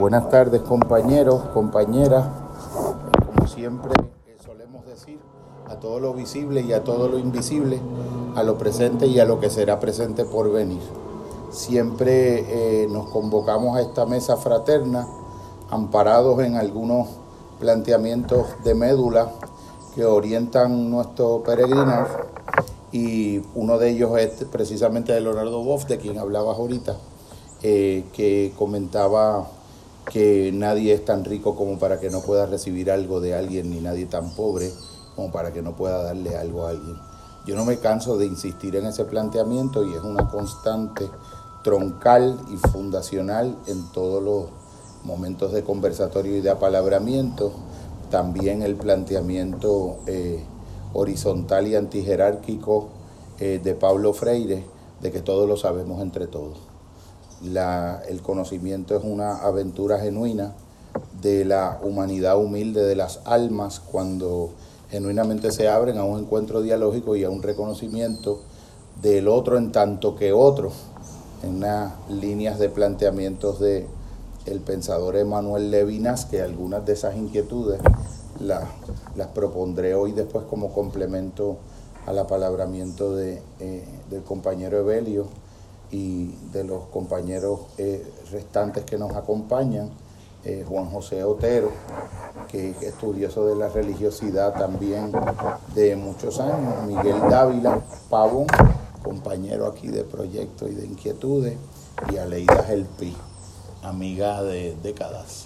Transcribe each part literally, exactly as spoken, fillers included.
Buenas tardes, compañeros, compañeras. Como siempre eh, solemos decir, a todo lo visible y a todo lo invisible, a lo presente y a lo que será presente por venir. Siempre eh, nos convocamos a esta mesa fraterna, amparados en algunos planteamientos de médula que orientan nuestro peregrinar, y uno de ellos es precisamente de Leonardo Boff, de quien hablabas ahorita, eh, que comentaba que nadie es tan rico como para que no pueda recibir algo de alguien, ni nadie tan pobre como para que no pueda darle algo a alguien. Yo no me canso de insistir en ese planteamiento y es una constante troncal y fundacional en todos los momentos de conversatorio y de apalabramiento. También el planteamiento eh, horizontal y antijerárquico eh, de Pablo Freire, de que todo lo sabemos entre todos. La, el conocimiento es una aventura genuina de la humanidad humilde, de las almas, cuando genuinamente se abren a un encuentro dialógico y a un reconocimiento del otro en tanto que otro, en unas líneas de planteamientos de el pensador Emmanuel Levinas, que algunas de esas inquietudes las, las propondré hoy después como complemento al apalabramiento de, eh, del compañero Evelio y de los compañeros eh, restantes que nos acompañan, eh, Juan José Otero, que es estudioso de la religiosidad también de muchos años, Miguel Dávila Pavón, compañero aquí de proyecto y de inquietudes, y Aleida Gelpi, amiga de décadas.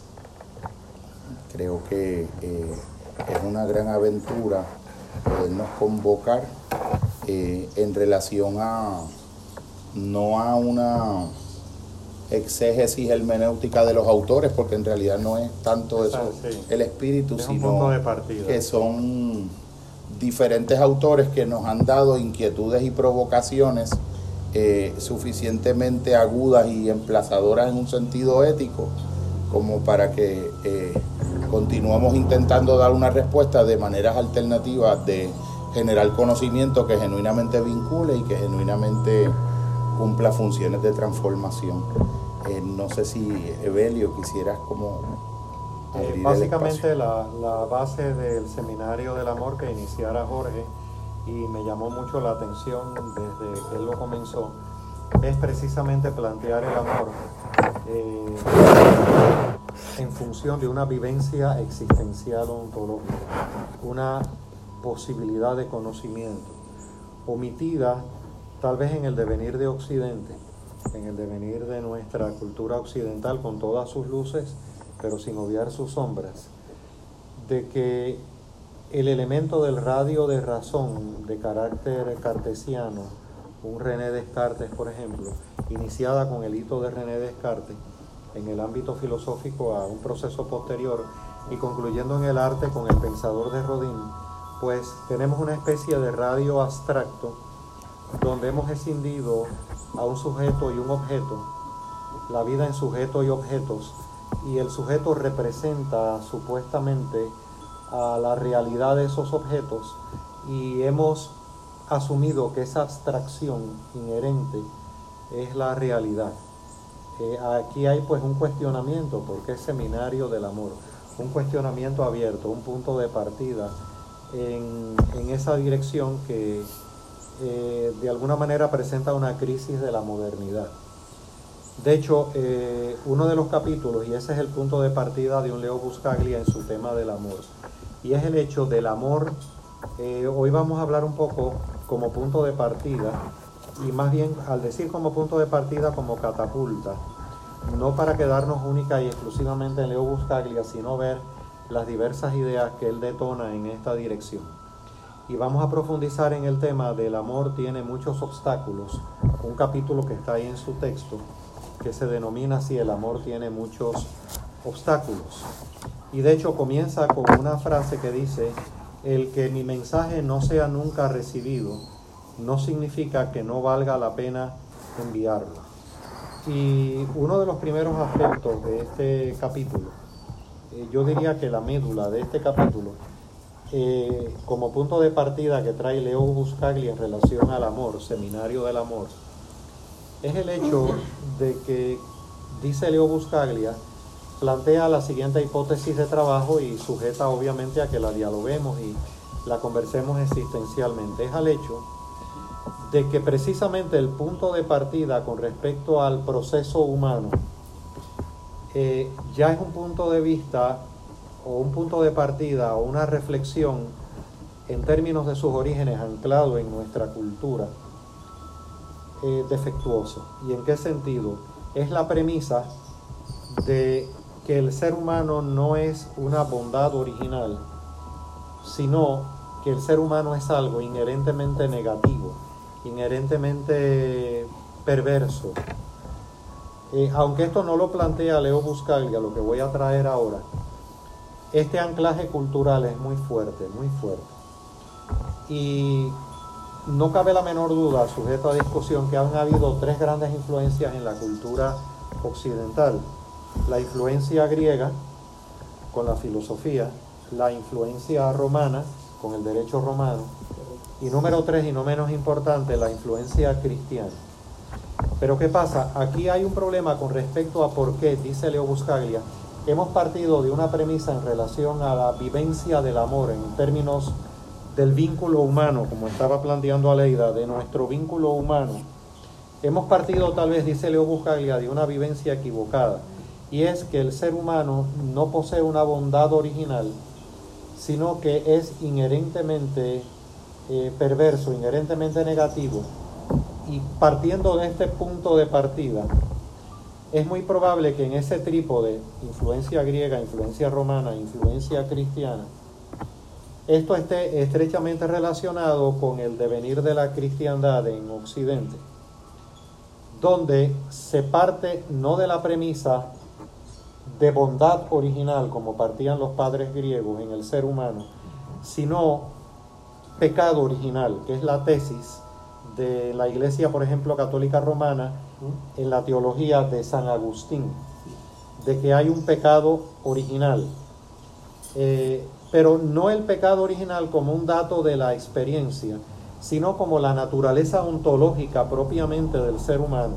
Creo que eh, es una gran aventura podernos convocar eh, en relación a no a una exégesis hermenéutica de los autores, porque en realidad no es tanto eso, sí, el espíritu, es sino un punto de partida, que son diferentes autores que nos han dado inquietudes y provocaciones eh, suficientemente agudas y emplazadoras en un sentido ético como para que eh, continuemos intentando dar una respuesta de maneras alternativas de generar conocimiento que genuinamente vincule y que genuinamente cumpla funciones de transformación. Eh, no sé si, Evelio, quisieras como abrir eh, básicamente la, la base del Seminario del Amor que iniciara Jorge, y me llamó mucho la atención desde que él lo comenzó, es precisamente plantear el amor eh, en función de una vivencia existencial ontológica, una posibilidad de conocimiento omitida tal vez en el devenir de Occidente, en el devenir de nuestra cultura occidental con todas sus luces, pero sin obviar sus sombras, de que el elemento del radio de razón de carácter cartesiano, un René Descartes, por ejemplo, iniciada con el hito de René Descartes en el ámbito filosófico a un proceso posterior y concluyendo en el arte con el pensador de Rodin, pues tenemos una especie de radio abstracto donde hemos escindido a un sujeto y un objeto, la vida en sujeto y objetos, y el sujeto representa supuestamente a la realidad de esos objetos, y hemos asumido que esa abstracción inherente es la realidad. Eh, aquí hay pues un cuestionamiento, porque es Seminario del Amor, un cuestionamiento abierto, un punto de partida en, en esa dirección que eh, de alguna manera presenta una crisis de la modernidad. De hecho, eh, uno de los capítulos, y ese es el punto de partida de un Leo Buscaglia en su tema del amor, y es el hecho del amor. Eh, hoy vamos a hablar un poco como punto de partida, y más bien al decir como punto de partida, como catapulta, no para quedarnos única y exclusivamente en Leo Buscaglia, sino ver las diversas ideas que él detona en esta dirección. Y vamos a profundizar en el tema del amor tiene muchos obstáculos, un capítulo que está ahí en su texto, que se denomina así, el amor tiene muchos obstáculos. Y de hecho comienza con una frase que dice: el que mi mensaje no sea nunca recibido no significa que no valga la pena enviarlo. Y uno de los primeros aspectos de este capítulo, eh, yo diría que la médula de este capítulo, eh, como punto de partida que trae Leo Buscaglia en relación al amor, Seminario del Amor, es el hecho de que, dice Leo Buscaglia, plantea la siguiente hipótesis de trabajo y sujeta obviamente a que la dialoguemos y la conversemos existencialmente. Es al hecho de que precisamente el punto de partida con respecto al proceso humano eh, ya es un punto de vista o un punto de partida o una reflexión en términos de sus orígenes anclado en nuestra cultura eh, defectuoso. ¿Y en qué sentido? Es la premisa de que el ser humano no es una bondad original, sino que el ser humano es algo inherentemente negativo, inherentemente perverso. Eh, aunque esto no lo plantea Leo Buscaglia, lo que voy a traer ahora, este anclaje cultural es muy fuerte, muy fuerte. Y no cabe la menor duda, sujeto a discusión, que han habido tres grandes influencias en la cultura occidental. La influencia griega con la filosofía, la influencia romana con el derecho romano y número tres, y no menos importante, la influencia cristiana. Pero ¿qué pasa? Aquí hay un problema con respecto a por qué, dice Leo Buscaglia, hemos partido de una premisa en relación a la vivencia del amor en términos del vínculo humano, como estaba planteando Aleida, de nuestro vínculo humano. Hemos partido tal vez, dice Leo Buscaglia, de una vivencia equivocada, y es que el ser humano no posee una bondad original, sino que es inherentemente eh, perverso, inherentemente negativo. Y partiendo de este punto de partida, es muy probable que en ese trípode, influencia griega, influencia romana, influencia cristiana, esto esté estrechamente relacionado con el devenir de la cristiandad en Occidente, donde se parte no de la premisa de bondad original, como partían los padres griegos en el ser humano, sino pecado original, que es la tesis de la Iglesia, por ejemplo, católica romana, en la teología de San Agustín, de que hay un pecado original, eh, pero no el pecado original como un dato de la experiencia, sino como la naturaleza ontológica propiamente del ser humano.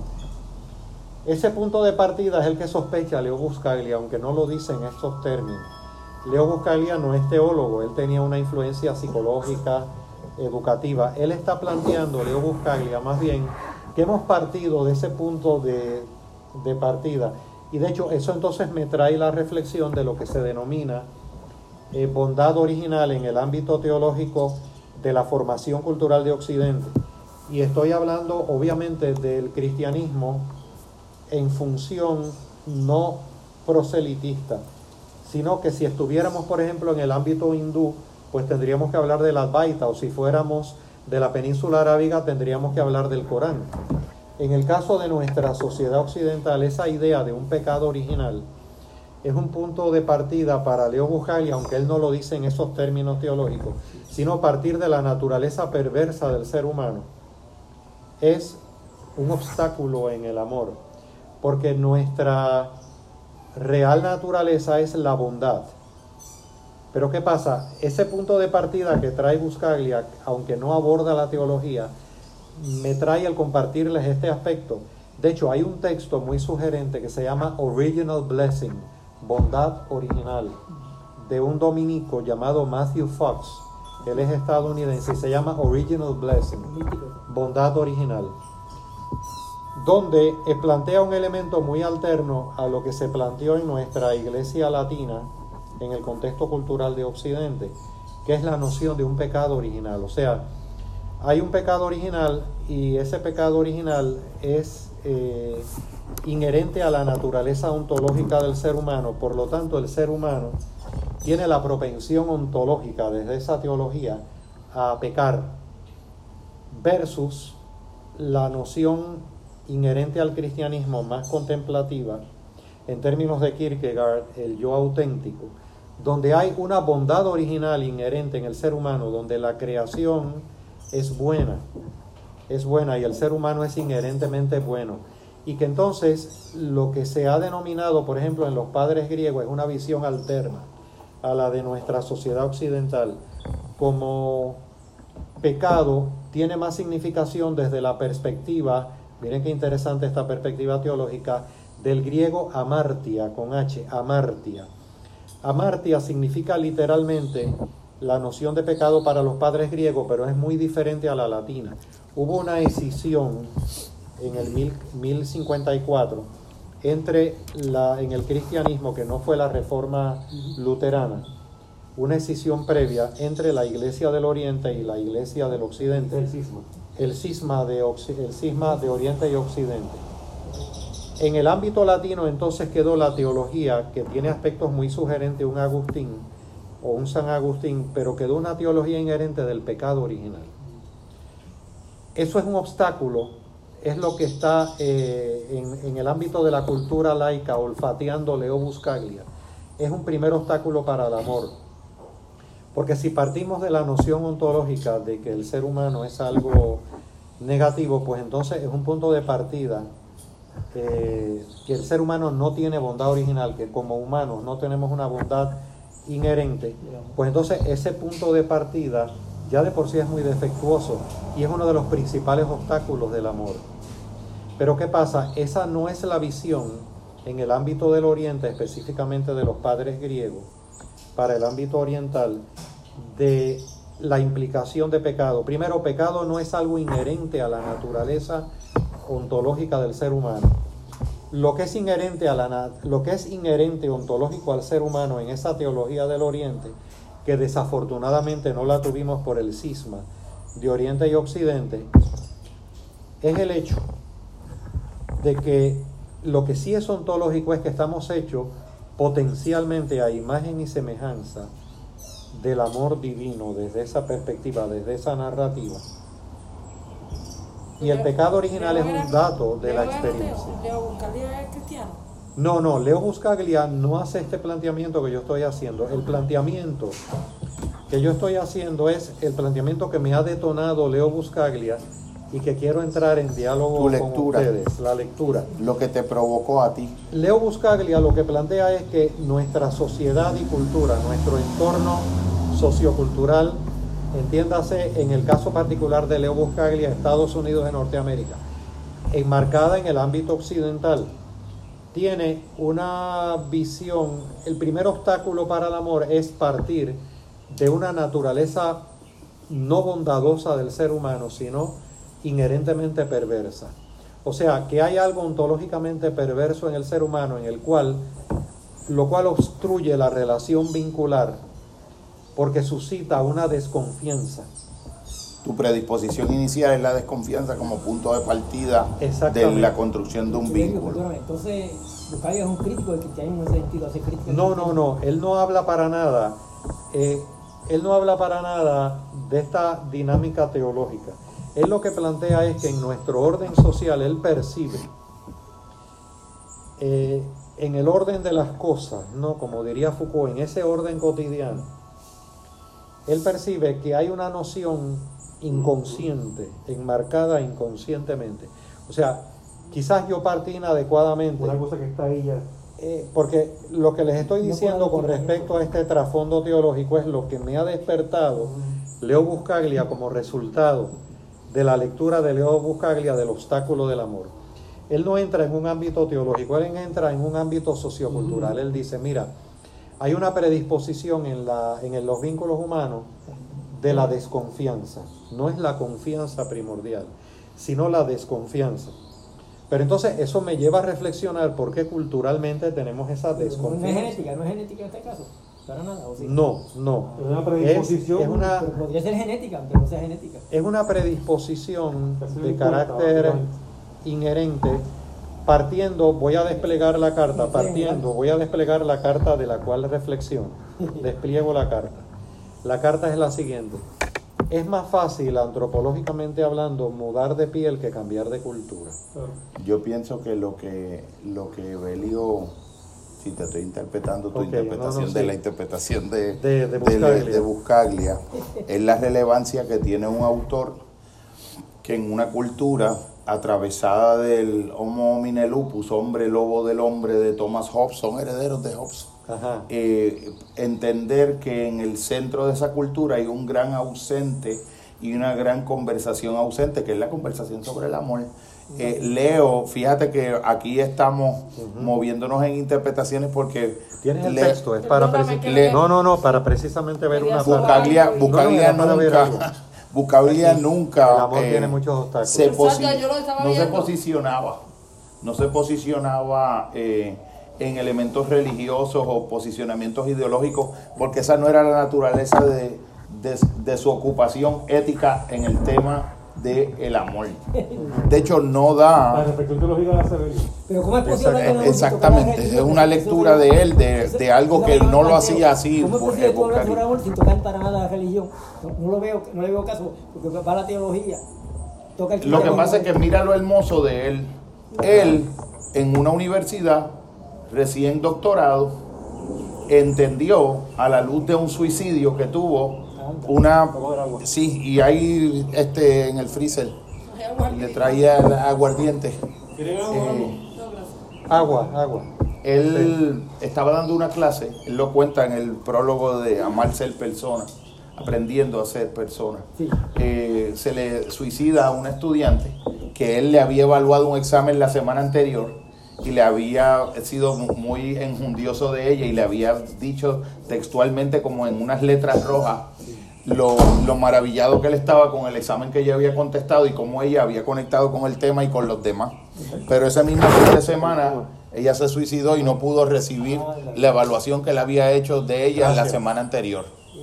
Ese punto de partida es el que sospecha Leo Buscaglia, aunque no lo dice en estos términos. Leo Buscaglia no es teólogo, él tenía una influencia psicológica, educativa. Él está planteando, Leo Buscaglia, más bien, que hemos partido de ese punto de, de partida. Y de hecho, eso entonces me trae la reflexión de lo que se denomina eh, bondad original en el ámbito teológico de la formación cultural de Occidente. Y estoy hablando, obviamente, del cristianismo en función no proselitista, sino que si estuviéramos, por ejemplo, en el ámbito hindú, pues tendríamos que hablar del Advaita, o si fuéramos de la península arábiga, tendríamos que hablar del Corán. En el caso de nuestra sociedad occidental, esa idea de un pecado original es un punto de partida para Leo Buscaglia, aunque él no lo dice en esos términos teológicos, sino partir de la naturaleza perversa del ser humano. Es un obstáculo en el amor, porque nuestra real naturaleza es la bondad. Pero ¿qué pasa? Ese punto de partida que trae Buscaglia, aunque no aborda la teología, me trae el compartirles este aspecto. De hecho, hay un texto muy sugerente que se llama Original Blessing, bondad original, de un dominico llamado Matthew Fox. Él es estadounidense y se llama Original Blessing, bondad original, donde plantea un elemento muy alterno a lo que se planteó en nuestra iglesia latina en el contexto cultural de Occidente, que es la noción de un pecado original. O sea, hay un pecado original y ese pecado original es eh, inherente a la naturaleza ontológica del ser humano. Por lo tanto, el ser humano tiene la propensión ontológica desde esa teología a pecar, versus la noción inherente al cristianismo más contemplativa, en términos de Kierkegaard, el yo auténtico, donde hay una bondad original inherente en el ser humano, donde la creación es buena, es buena y el ser humano es inherentemente bueno. Y que entonces lo que se ha denominado, por ejemplo, en los padres griegos, es una visión alterna a la de nuestra sociedad occidental, como pecado, tiene más significación desde la perspectiva, miren qué interesante esta perspectiva teológica, del griego amartia, con H, amartia. Amartia significa literalmente la noción de pecado para los padres griegos, pero es muy diferente a la latina. Hubo una escisión en el mil cincuenta y cuatro entre la, en el cristianismo, que no fue la reforma luterana, una escisión previa entre la iglesia del oriente y la iglesia del occidente. El cisma. El cisma de, el cisma de oriente y occidente. En el ámbito latino entonces quedó la teología, que tiene aspectos muy sugerentes, un Agustín o un San Agustín, pero quedó una teología inherente del pecado original. Eso es un obstáculo, es lo que está eh, en, en el ámbito de la cultura laica olfateando Leo Buscaglia. Es un primer obstáculo para el amor, porque si partimos de la noción ontológica de que el ser humano es algo negativo, pues entonces es un punto de partida. Eh, que el ser humano no tiene bondad original, que como humanos no tenemos una bondad inherente, pues entonces ese punto de partida ya de por sí es muy defectuoso y es uno de los principales obstáculos del amor. Pero ¿qué pasa? Esa no es la visión en el ámbito del oriente, específicamente de los padres griegos, para el ámbito oriental, de la implicación de pecado. Primero, pecado no es algo inherente a la naturaleza ontológica del ser humano. Lo que es inherente a la lo que es inherente ontológico al ser humano en esa teología del oriente, que desafortunadamente no la tuvimos por el cisma de oriente y occidente, es el hecho de que lo que sí es ontológico es que estamos hechos potencialmente a imagen y semejanza del amor divino, desde esa perspectiva, desde esa narrativa. Y el pecado original es un dato de la experiencia. ¿Leo Buscaglia es cristiano? No, no, Leo Buscaglia no hace este planteamiento que yo estoy haciendo. El planteamiento que yo estoy haciendo es el planteamiento que me ha detonado Leo Buscaglia y que quiero entrar en diálogo con ustedes, la lectura. Lo que te provocó a ti. Leo Buscaglia lo que plantea es que nuestra sociedad y cultura, nuestro entorno sociocultural, entiéndase en el caso particular de Leo Buscaglia, Estados Unidos de Norteamérica, enmarcada en el ámbito occidental, tiene una visión. El primer obstáculo para el amor es partir de una naturaleza no bondadosa del ser humano, sino inherentemente perversa. O sea, que hay algo ontológicamente perverso en el ser humano, en el cual, lo cual obstruye la relación vincular, porque suscita una desconfianza. Tu predisposición inicial es la desconfianza como punto de partida de la construcción de un vínculo. Entonces, Buscaglia es un crítico del cristianismo en ese sentido, hace crítica. No, no, no, él no habla para nada, eh, él no habla para nada de esta dinámica teológica. Él lo que plantea es que en nuestro orden social él percibe, eh, en el orden de las cosas, no, como diría Foucault, en ese orden cotidiano, él percibe que hay una noción inconsciente, enmarcada inconscientemente. O sea, quizás yo partí inadecuadamente. Una cosa que está ahí ya. Eh, porque lo que les estoy diciendo con respecto a este trasfondo teológico es lo que me ha despertado Leo Buscaglia como resultado de la lectura de Leo Buscaglia del obstáculo del amor. Él no entra en un ámbito teológico, él entra en un ámbito sociocultural. Él dice, mira, hay una predisposición en, la, en los vínculos humanos de la desconfianza. No es la confianza primordial, sino la desconfianza. Pero entonces eso me lleva a reflexionar por qué culturalmente tenemos esa desconfianza. No es genética, no es genética en este caso, para nada. ¿O sí? No, no. Es una predisposición. Es, es una, pero podría ser genética, aunque no sea genética. Es una predisposición de carácter inherente. Partiendo, voy a desplegar la carta, partiendo, voy a desplegar la carta de la cual reflexiono. Despliego la carta. La carta es la siguiente. Es más fácil, antropológicamente hablando, mudar de piel que cambiar de cultura. Yo pienso que lo que, lo que Belio, si te estoy interpretando tu okay, interpretación no, no, de sí. la interpretación de, de, de, de, Buscaglia. de Buscaglia, es la relevancia que tiene un autor que en una cultura atravesada del Homo homine lupus, hombre lobo del hombre de Thomas Hobbes, son herederos de Hobbes. Ajá. Eh, entender que en el centro de esa cultura hay un gran ausente y una gran conversación ausente, que es la conversación sobre el amor, Eh, Leo, fíjate que aquí estamos Ujú. moviéndonos en interpretaciones porque ¿Tienes el le- texto? Es para Perdóname preci- que le- no, no, no, para precisamente ver una Quería parte. Buscaglia, No, no, Buscaglia era para ver algo. nunca, Buscaglia Aquí, nunca el amor eh, tiene muchos obstáculos. se Exacto, posi- yo lo estaba no se viendo. posicionaba, no se posicionaba eh, en elementos religiosos o posicionamientos ideológicos, porque esa no era la naturaleza de, de, de su ocupación ética en el tema del amor. De hecho, no La da... reflexión teológica de la Severía. Pero ¿cómo es posible hablar de amor sin tocar la Exactamente, religión? es una lectura de él, de, de algo que él no lo hacía así. ¿Cómo es posible tú hablar evocar- sobre amor sin tocar para nada la religión? No, no lo veo, no le veo caso, porque va la teología. Toca el Lo que cristianismo. pasa es que mira lo hermoso de él. Él, en una universidad, recién doctorado, entendió a la luz de un suicidio que tuvo una... Sí, y ahí este, en el freezer le traía el aguardiente. ¿Quieren algo? Eh, No, gracias. Agua, agua. Él estaba dando una clase, él lo cuenta en el prólogo de Amar ser persona, aprendiendo a ser persona. Sí. Eh, se le suicida a un estudiante que él le había evaluado un examen la semana anterior y le había sido muy enjundioso de ella y le había dicho textualmente como en unas letras rojas lo, lo maravillado que él estaba con el examen que ella había contestado y cómo ella había conectado con el tema y con los demás. Pero ese mismo fin de semana ella se suicidó y no pudo recibir la evaluación que él había hecho de ella en la semana anterior.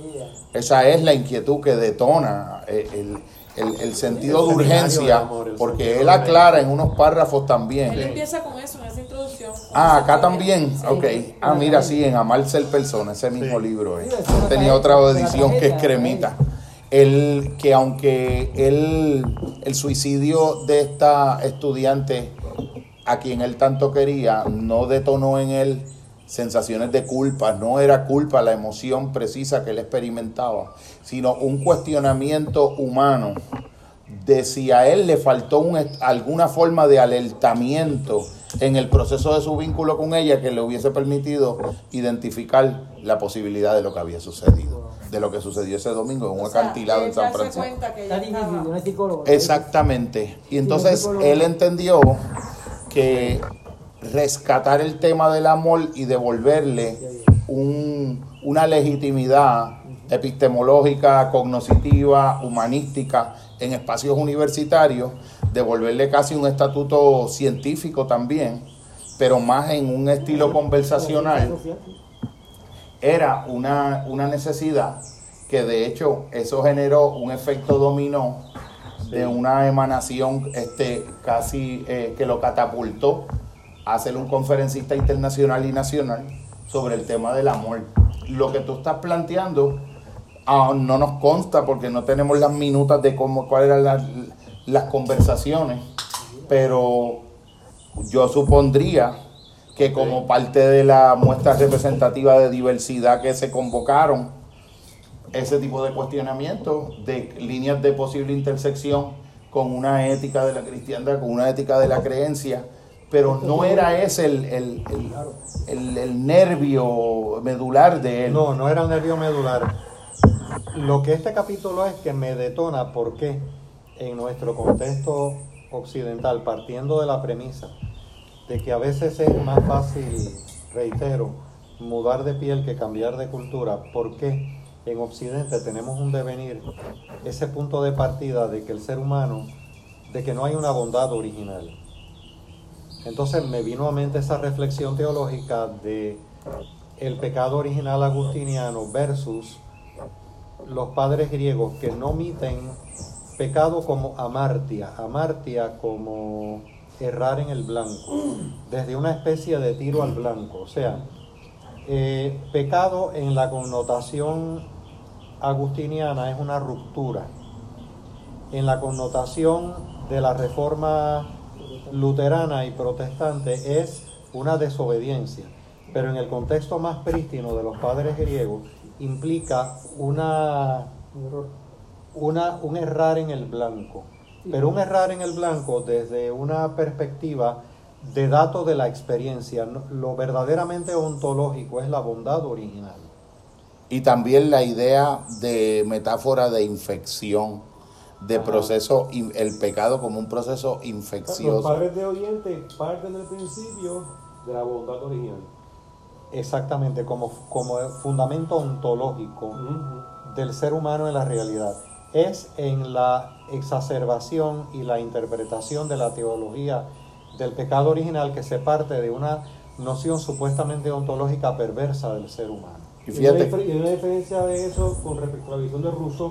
Esa es la inquietud que detona eh, el, el- el sentido El de seminario urgencia, del amor, el porque sentido él del aclara en unos párrafos también. Él empieza con eso, en esa introducción. con Ah, esa acá historia. también, Sí. ok. Ah, mira, sí, en Amar ser persona, ese mismo Sí. libro. eh. Sí, es una Tenía tragedia, otra una edición que es tragedia, cremita. El que aunque él, el suicidio de esta estudiante a quien él tanto quería, no detonó en él sensaciones de culpa, no era culpa la emoción precisa que él experimentaba, sino un cuestionamiento humano de si a él le faltó un est- alguna forma de alertamiento en el proceso de su vínculo con ella que le hubiese permitido identificar la posibilidad de lo que había sucedido, de lo que sucedió ese domingo en un O sea, acantilado en él San darse Francisco. cuenta que Está ella difícil, estaba- yo no soy psicólogo. Exactamente. Y entonces Sí, él entendió que rescatar el tema del amor y devolverle un- una legitimidad epistemológica, cognoscitiva, humanística en espacios universitarios, devolverle casi un estatuto científico también, pero más en un estilo conversacional, era una, una necesidad que de hecho eso generó un efecto dominó de una emanación este, casi eh, que lo catapultó a ser un conferencista internacional y nacional sobre el tema del amor. Lo que tú estás planteando ah, no nos consta porque no tenemos las minutas de cómo cuáles eran las, las conversaciones, pero yo supondría que como parte de la muestra representativa de diversidad que se convocaron, ese tipo de cuestionamientos, de líneas de posible intersección con una ética de la cristiandad, con una ética de la creencia, pero no era ese el, el, el, el- el nervio medular de él. No, no era el nervio medular. Lo que este capítulo es que me detona porque en nuestro contexto occidental, partiendo de la premisa de que a veces es más fácil, reitero, mudar de piel que cambiar de cultura, porque en Occidente tenemos un devenir, ese punto de partida de que el ser humano, de que no hay una bondad original. Entonces me vino a mente esa reflexión teológica de el pecado original agustiniano versus los padres griegos que no omiten pecado como amartia, amartia como errar en el blanco, desde una especie de tiro al blanco, o sea, eh, pecado en la connotación agustiniana es una ruptura, en la connotación de la reforma luterana y protestante es una desobediencia, pero en el contexto más prístino de los padres griegos implica una, una, un errar en el blanco, pero un errar en el blanco desde una perspectiva de dato de la experiencia. Lo verdaderamente ontológico es la bondad original. Y también la idea de metáfora de infección, de Ajá. proceso, in- el pecado como un proceso Los infeccioso. padres de Oriente parten del principio de la bondad original. Exactamente, como, como fundamento ontológico Ujú. del ser humano en la realidad. Es en la exacerbación y la interpretación de la teología del pecado original que se parte de una noción supuestamente ontológica perversa del ser humano. Y Y hay una, fíjate, difer- y hay una diferencia de eso con respecto a la visión de Rousseau,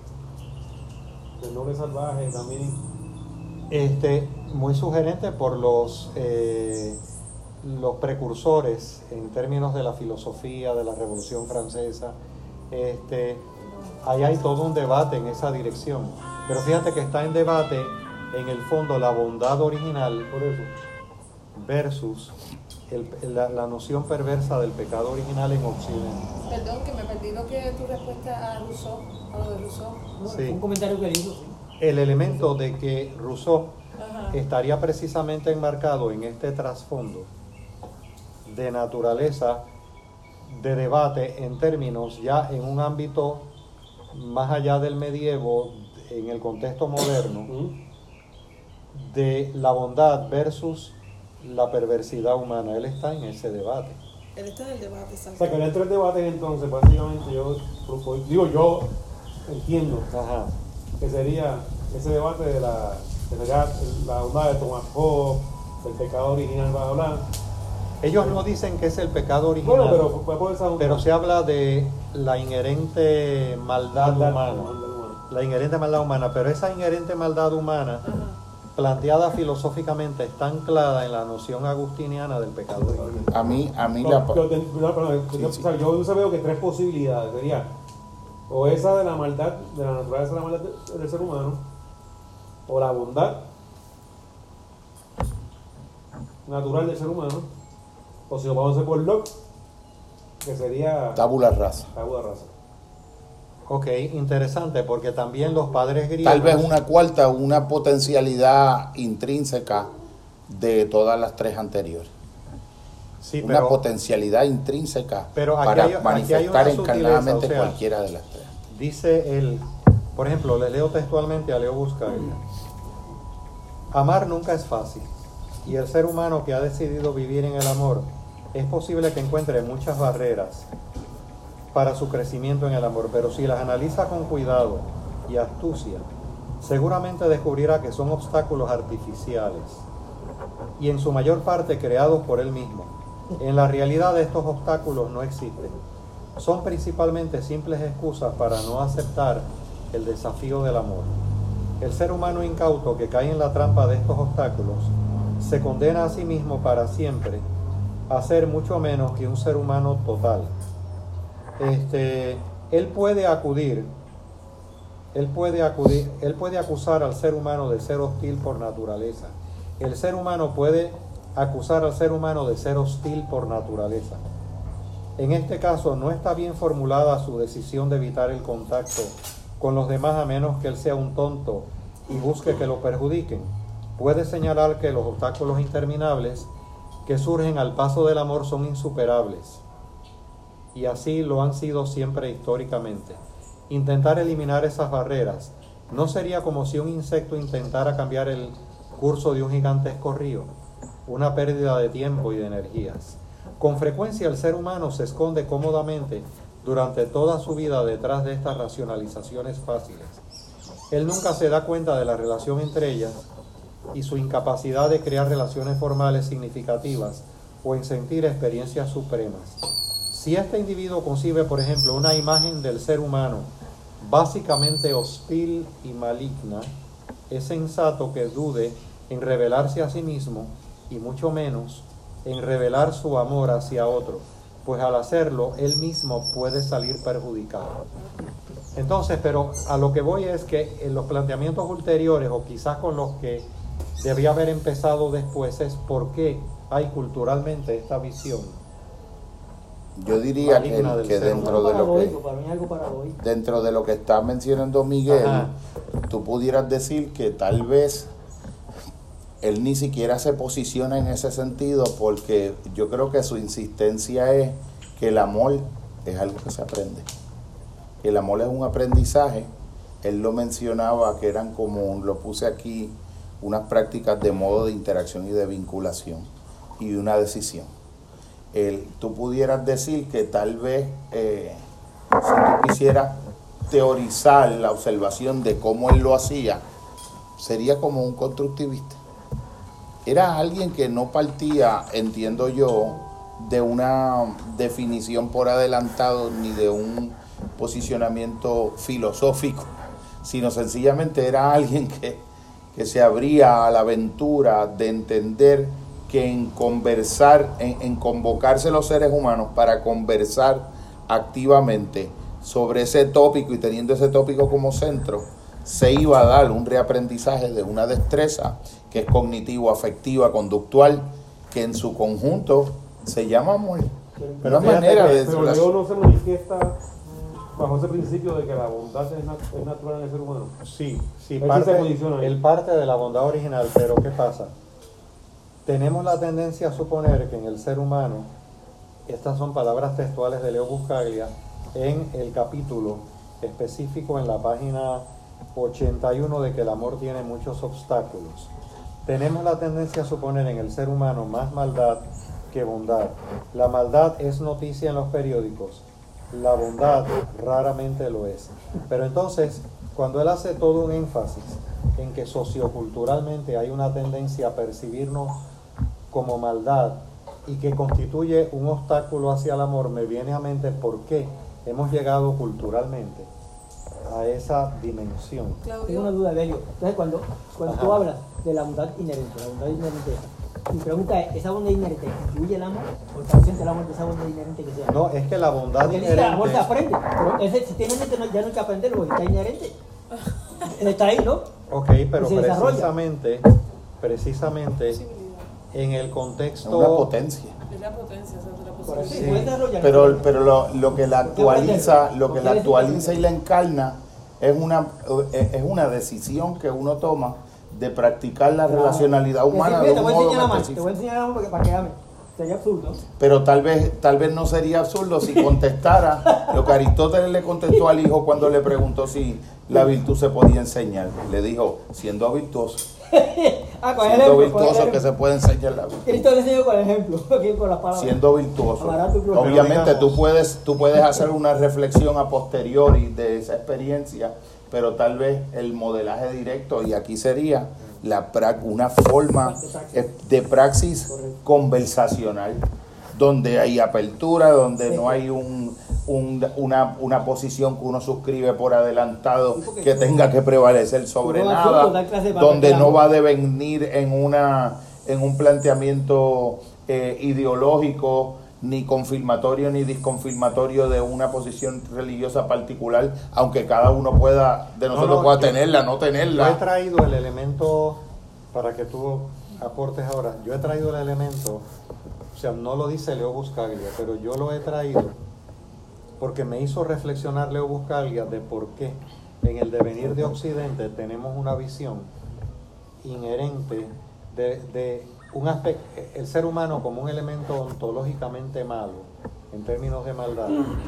del noble salvaje también. Este, muy sugerente por los, eh, los precursores en términos de la filosofía, de la Revolución Francesa. Este, ahí hay todo un debate en esa dirección. Pero fíjate que está en debate, en el fondo, la bondad original Por eso. versus el- la, la noción perversa del pecado original en Occidente. Perdón, que me perdí lo que tu respuesta a Rousseau, a lo de Rousseau. No, Sí. Un comentario que él hizo, sí. El elemento de que Rousseau Ajá. estaría precisamente enmarcado en este trasfondo de naturaleza de debate en términos ya en un ámbito más allá del medievo, en el contexto moderno, Ujú. de la bondad versus la perversidad humana. Él está en ese debate. Él está en el debate, O exacto. sea, que había tres debates entonces, básicamente yo, propo- digo yo, entiendo Ajá. que sería ese debate de la, que sería la onda de Thomas Hobbes, del pecado original, bla, bla, bla. Ellos no dicen que es el pecado original, Bueno, pero fue por esa pero se habla de la inherente maldad Maldad, humana. maldad humana. La inherente maldad humana, pero esa inherente maldad humana, Ajá. planteada filosóficamente, está anclada en la noción agustiniana del pecado original. a mí, a mí No, la... yo, ten- no, perdón, yo- sí. o sea, yo entonces veo que tres posibilidades sería o esa de la maldad, de la naturaleza de la maldad de- del ser humano, o la bondad natural del ser humano, o si lo vamos a hacer por Locke, que sería Tabula rasa. tabula rasa. Ok, interesante, porque también los padres griegos... Tal vez una cuarta, una potencialidad intrínseca de todas las tres anteriores. Sí, Una pero, potencialidad intrínseca pero aquí para hay- aquí hay manifestar una sutileza, encarnadamente o sea, cualquiera de las tres. dice él, por ejemplo, le leo textualmente a Leo Buscaglia. Amar nunca es fácil, y el ser humano que ha decidido vivir en el amor, es posible que encuentre muchas barreras para su crecimiento en el amor, pero si las analiza con cuidado y astucia, seguramente descubrirá que son obstáculos artificiales y en su mayor parte creados por él mismo. En la realidad estos obstáculos no existen. Son principalmente simples excusas para no aceptar el desafío del amor. El ser humano incauto que cae en la trampa de estos obstáculos se condena a sí mismo para siempre a ser mucho menos que un ser humano total. Este, él puede acudir, él puede acudir, él puede acusar al ser humano de ser hostil por naturaleza. El ser humano puede acusar al ser humano de ser hostil por naturaleza. En este caso no está bien formulada su decisión de evitar el contacto con los demás a menos que él sea un tonto y busque que lo perjudiquen. Puede señalar que los obstáculos interminables que surgen al paso del amor son insuperables y así lo han sido siempre históricamente. Intentar eliminar esas barreras no sería como si un insecto intentara cambiar el curso de un gigantesco río, una pérdida de tiempo y de energías. Con frecuencia el ser humano se esconde cómodamente durante toda su vida detrás de estas racionalizaciones fáciles. Él nunca se da cuenta de la relación entre ellas y su incapacidad de crear relaciones formales significativas o en sentir experiencias supremas. Si este individuo concibe, por ejemplo, una imagen del ser humano básicamente hostil y maligna, es sensato que dude en revelarse a sí mismo y mucho menos en revelar su amor hacia otro, pues al hacerlo él mismo puede salir perjudicado. Entonces, pero a lo que voy es que en los planteamientos ulteriores o quizás con los que debía haber empezado después es por qué hay culturalmente esta visión. Yo diría que, Maligna del que ser dentro de lo paradójico, que para mí es algo paradójico. dentro de lo que está mencionando Miguel, Ajá. tú pudieras decir que tal vez él ni siquiera se posiciona en ese sentido, porque yo creo que su insistencia es que el amor es algo que se aprende. El amor es un aprendizaje él lo mencionaba que eran como, lo puse aquí, unas prácticas de modo de interacción y de vinculación y de una decisión. El, tú pudieras decir que tal vez, eh, si tú quisieras teorizar la observación de cómo él lo hacía, sería como un constructivista. Era alguien que no partía, entiendo yo, de una definición por adelantado ni de un posicionamiento filosófico, sino sencillamente era alguien que, que se abría a la aventura de entender que en conversar, en, en convocarse los seres humanos para conversar activamente sobre ese tópico y teniendo ese tópico como centro, se iba a dar un reaprendizaje de una destreza que es cognitivo, afectiva, conductual, que en su conjunto se llama amor. Pero, una manera de pero luego no se manifiesta bajo ese principio de que la bondad es, nat es natural en el ser humano. Sí, sí, Él parte, sí se condiciona ahí. él parte de la bondad original, pero ¿qué pasa? Tenemos la tendencia a suponer que en el ser humano, estas son palabras textuales de Leo Buscaglia, en el capítulo específico en la página ochenta y uno de que el amor tiene muchos obstáculos. Tenemos la tendencia a suponer en el ser humano más maldad que bondad. La maldad es noticia en los periódicos, la bondad raramente lo es. Pero entonces, cuando él hace todo un énfasis en que socioculturalmente hay una tendencia a percibirnos como maldad y que constituye un obstáculo hacia el amor, me viene a mente por qué hemos llegado culturalmente a esa dimensión. Tengo una Claudio, duda, Belio. Entonces, cuando, cuando tú Ajá. hablas de la bondad inherente, la bondad inherente, mi pregunta es, ¿esa bondad inherente incluye el amor? ¿O está ausente el amor de esa bondad inherente que sea? No, es que la bondad Porque dice que el amor se inherente... aprende, pero ese sistema inherente no, ya no hay que aprenderlo porque está inherente. Está ahí, ¿no? Ok, pero Y se desarrolla. precisamente, precisamente posibilidad. en el Es contexto... una potencia. Es la potencia, o sea, de la Por eso, posibilidad. se puede desarrollar. Pero, pero lo, lo que la actualiza, lo que la actualiza y la encarna es una, es una decisión que uno toma de practicar la relacionalidad humana de Te un voy a modo enseñar la mano, te específico. voy a enseñar la mano porque para que ames. Sería absurdo. Pero tal vez, tal vez no sería absurdo si contestara lo que Aristóteles le contestó al hijo cuando le preguntó si la virtud se podía enseñar. Le dijo, siendo virtuoso, Ah, con el siendo ejemplo. con el virtuoso ejemplo. que se puede enseñar la virtud. Cristo le enseñó con el ejemplo, aquí con las palabras. Siendo virtuoso. Amarás tu prójimo. Obviamente digamos- tú puedes, tú puedes hacer una reflexión a posteriori de esa experiencia, pero tal vez el modelaje directo, y aquí sería la pra- una forma eh, de praxis Correcto. conversacional, donde hay apertura, donde no hay un, un- una, una posición que uno suscribe por adelantado Sí, porque que tenga que prevalecer sobre uno absurdo nada, dar clase de papel donde de no amor. va a devenir en una en un planteamiento eh, ideológico ni confirmatorio ni disconfirmatorio de una posición religiosa particular, aunque cada uno pueda de nosotros No, no, pueda yo- tenerla, no Yo he tenerla. traído el elemento, para que tú aportes ahora, yo he traído el elemento, o sea, no lo dice Leo Buscaglia, pero yo lo he traído porque me hizo reflexionar Leo Buscaglia de por qué en el devenir de Occidente tenemos una visión inherente de, de un aspecto, el ser humano como un elemento ontológicamente malo, en términos de maldad.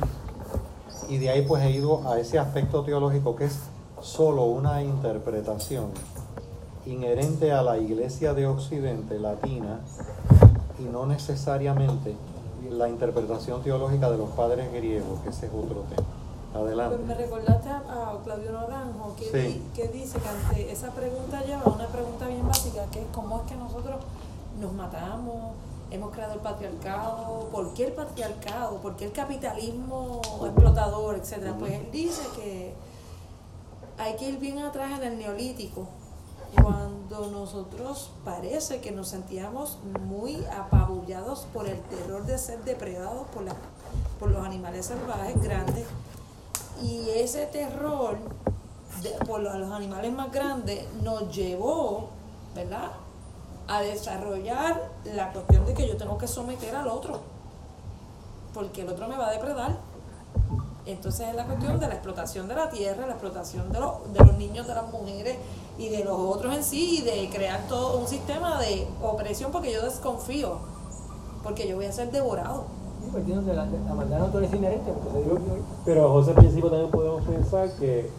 Y de ahí pues he ido a ese aspecto teológico que es solo una interpretación inherente a la Iglesia de Occidente latina y no necesariamente la interpretación teológica de los padres griegos, que ese es otro tema. Adelante. Pues me recordaste a, a Claudio Naranjo que, Sí. di- que dice que ante esa pregunta lleva una pregunta bien básica, que es cómo es que nosotros nos matamos, hemos creado el patriarcado, ¿por qué el patriarcado? ¿Por qué el capitalismo explotador, etcétera? Pues él dice que hay que ir bien atrás en el neolítico, cuando nosotros parece que nos sentíamos muy apabullados por el terror de ser depredados por, la, por los animales salvajes grandes, y ese terror de, por los, los animales más grandes nos llevó, ¿verdad?, a desarrollar la cuestión de que yo tengo que someter al otro, porque el otro me va a depredar. Entonces es la cuestión de la explotación de la tierra, la explotación de los, de los niños, de las mujeres y de los otros en sí, y de crear todo un sistema de opresión, porque yo desconfío, porque yo voy a ser devorado. Pues tiene la, la maldad no es inherente, porque se dio hoy. Pero bajo ese principio también podemos pensar que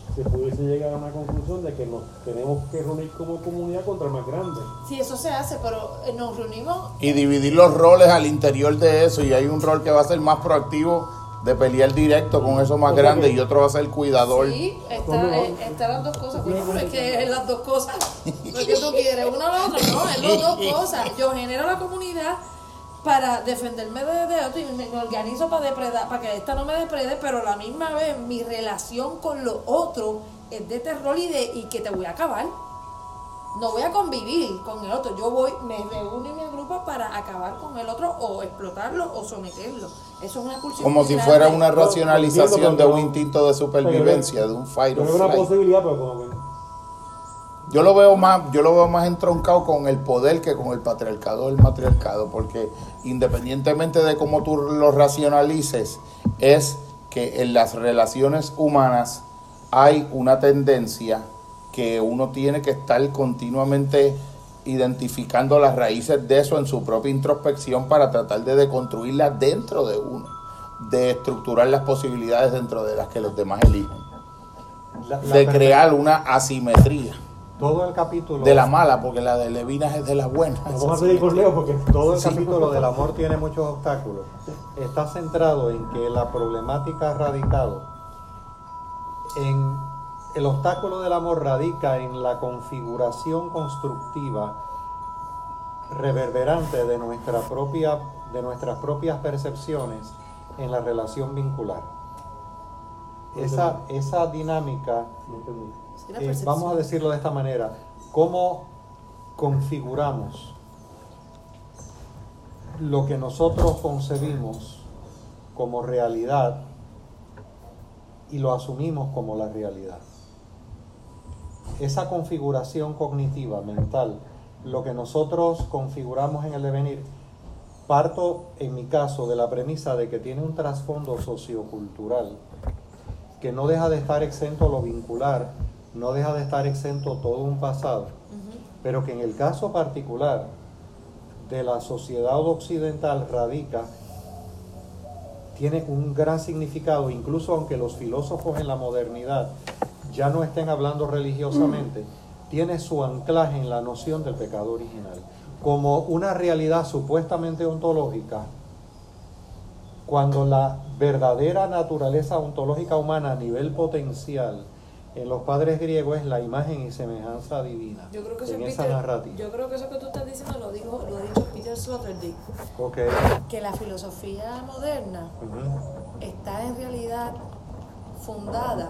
se pudiese llegar a una conclusión de que nos tenemos que reunir como comunidad contra el más grande. Sí, eso se hace, pero eh, nos reunimos. Y dividir los roles al interior de eso, y hay un rol que va a ser más proactivo de pelear directo con eso más grande y otro va a ser cuidador. Sí, está, eh, está las dos cosas. Bueno, pero es que es las dos cosas. Lo que tú quieres, una o la otra, no, es las dos cosas. Yo genero la comunidad para defenderme de, de otro y me, me organizo para depredar, para que esta no me deprede, pero a la misma vez mi relación con lo otro es de terror y de y que te voy a acabar. No voy a convivir con el otro, yo voy, me reúno y me agrupo para acabar con el otro o explotarlo o someterlo. Eso es una pulsión. Como si grande. fuera una racionalización de un no, instinto de supervivencia, de un fight or Es una flight. posibilidad, pero como que Yo lo veo más, yo lo veo más entroncado con el poder que con el patriarcado o el matriarcado, porque independientemente de cómo tú lo racionalices, es que en las relaciones humanas hay una tendencia que uno tiene que estar continuamente identificando las raíces de eso en su propia introspección para tratar de deconstruirlas dentro de uno, de estructurar las posibilidades dentro de las que los demás eligen, La- la de perpe- crear una asimetría. Todo el capítulo De la mala, porque la de Levinas es de las buenas. vamos a seguir con Leo porque Todo el Sí. capítulo del amor tiene muchos obstáculos. Está centrado en que la problemática ha radicado en el obstáculo del amor radica en la configuración constructiva reverberante de nuestra propia de nuestras propias percepciones en la relación vincular. Esa esa dinámica, no entendí. Sí, la eh, percepción. vamos a decirlo de esta manera, cómo configuramos lo que nosotros concebimos como realidad y lo asumimos como la realidad. Esa configuración cognitiva, mental, lo que nosotros configuramos en el devenir, parto en mi caso de la premisa de que tiene un trasfondo sociocultural que no deja de estar exento a lo vincular, no deja de estar exento todo un pasado, Ujú. pero que en el caso particular de la sociedad occidental radica, tiene un gran significado, incluso aunque los filósofos en la modernidad ya no estén hablando religiosamente, tiene su anclaje en la noción del pecado original, como una realidad supuestamente ontológica, cuando la verdadera naturaleza ontológica humana a nivel potencial en los padres griegos es la imagen y semejanza divina. Yo creo que eso en es esa Peter- narrativa. Yo creo que eso que tú estás diciendo lo dijo, lo ha dicho Peter Sloterdijk, Ok. que la filosofía moderna Ujú. está en realidad fundada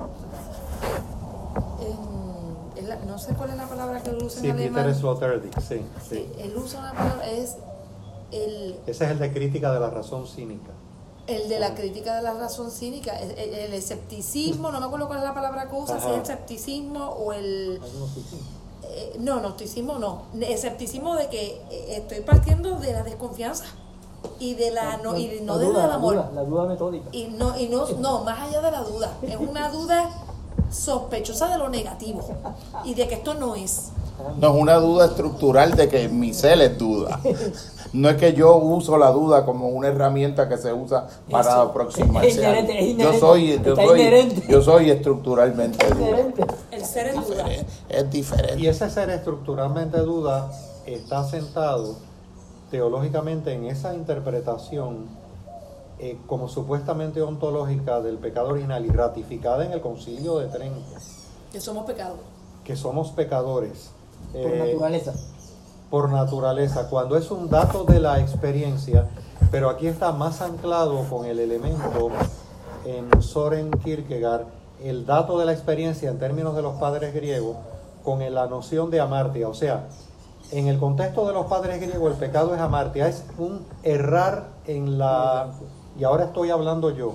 en, en la- no sé cuál es la palabra que él usa Sí, en Peter alemán. Sloterdijk, sí, Sí, sí. él usa una palabra, es el, Ese es el de crítica de la razón cínica. el de la crítica de la razón cínica, el, el- el escepticismo, no me acuerdo cuál es la palabra que usa, si es Ajá. el escepticismo o el... Agnosticismo. eh, no, gnosticismo no, escepticismo de que eh, estoy partiendo de la desconfianza y de la no, y no La de duda, del la amor. duda, la duda metódica. Y no, y no, no, más allá de la duda, es una duda sospechosa de lo negativo y de que esto no es. No es una duda estructural de que mi ser es duda. No es que yo uso la duda como una herramienta que se usa para Eso. aproximarse. Es inherente, a- es inherente. Yo soy, yo Está soy, inherente. yo soy estructuralmente duda. Diferente. El ser es duda. Diferente, Es diferente. Y ese ser estructuralmente duda está sentado teológicamente en esa interpretación eh, como supuestamente ontológica del pecado original y ratificada en el Concilio de Trento, Que somos pecados. que somos pecadores. Por eh, naturaleza. por naturaleza, cuando es un dato de la experiencia, pero aquí está más anclado con el elemento en Soren Kierkegaard, el dato de la experiencia en términos de los padres griegos, con la noción de amartia. O sea, en el contexto de los padres griegos, el pecado es amartia, es un errar en la... Y ahora estoy hablando yo.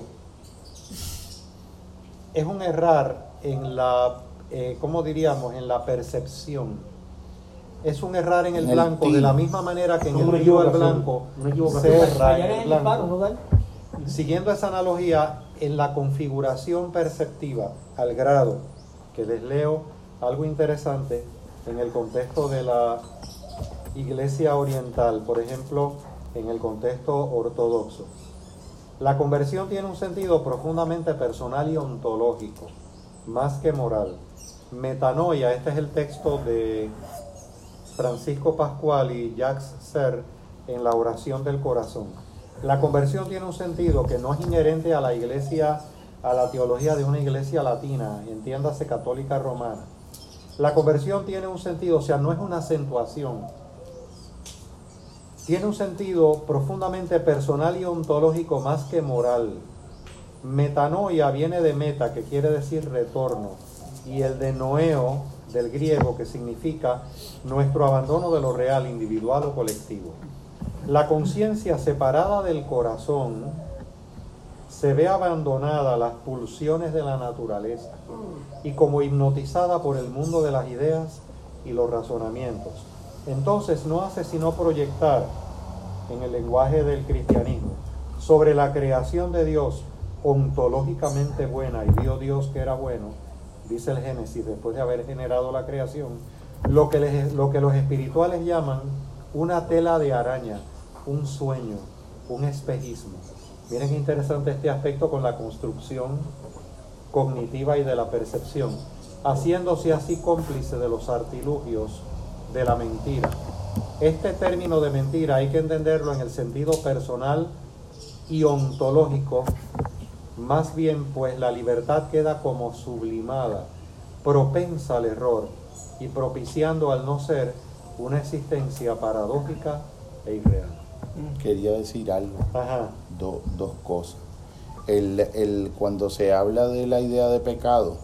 Es un errar en la, eh, ¿cómo diríamos? En la percepción. Es un errar en el En el blanco, tino. de la misma manera que en Como el una río el equivocación, blanco una equivocación. se erra Fallar en en el el disparo, blanco. ¿no, Dan? Siguiendo esa analogía, en la configuración perceptiva, al grado que les leo algo interesante en el contexto de la Iglesia Oriental, por ejemplo, en el contexto ortodoxo. La conversión tiene un sentido profundamente personal y ontológico. más que moral. Metanoia, este es el texto de Francisco Pascual y Jacques Serre en la oración del corazón. La conversión tiene un sentido que no es inherente a la iglesia, a la teología de una iglesia latina, entiéndase católica romana. La conversión tiene un sentido, o sea, no es una acentuación. Tiene un sentido profundamente personal y ontológico más que moral. Metanoia viene de meta, que quiere decir retorno, y el de noeo, del griego, que significa nuestro abandono de lo real, individual o colectivo. La conciencia separada del corazón se ve abandonada a las pulsiones de la naturaleza y como hipnotizada por el mundo de las ideas y los razonamientos. Entonces no hace sino proyectar, en el lenguaje del cristianismo, sobre la creación de Dios ontológicamente buena, y vio Dios que era bueno, dice el Génesis, después de haber generado la creación, lo que, les, lo que los espirituales llaman una tela de araña, un sueño, un espejismo. Miren qué interesante este aspecto con la construcción cognitiva y de la percepción, haciéndose así cómplice de los artilugios de la mentira. Este término de mentira hay que entenderlo en el sentido personal y ontológico, más bien pues la libertad queda como sublimada, propensa al error y propiciando al no ser una existencia paradójica e irreal. Quería decir algo, Ajá. Do, dos cosas. El, el, cuando se habla de la idea de pecado,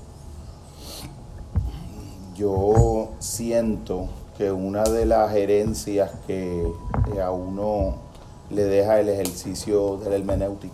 yo siento que una de las herencias que a uno le deja el ejercicio de la hermenéutica,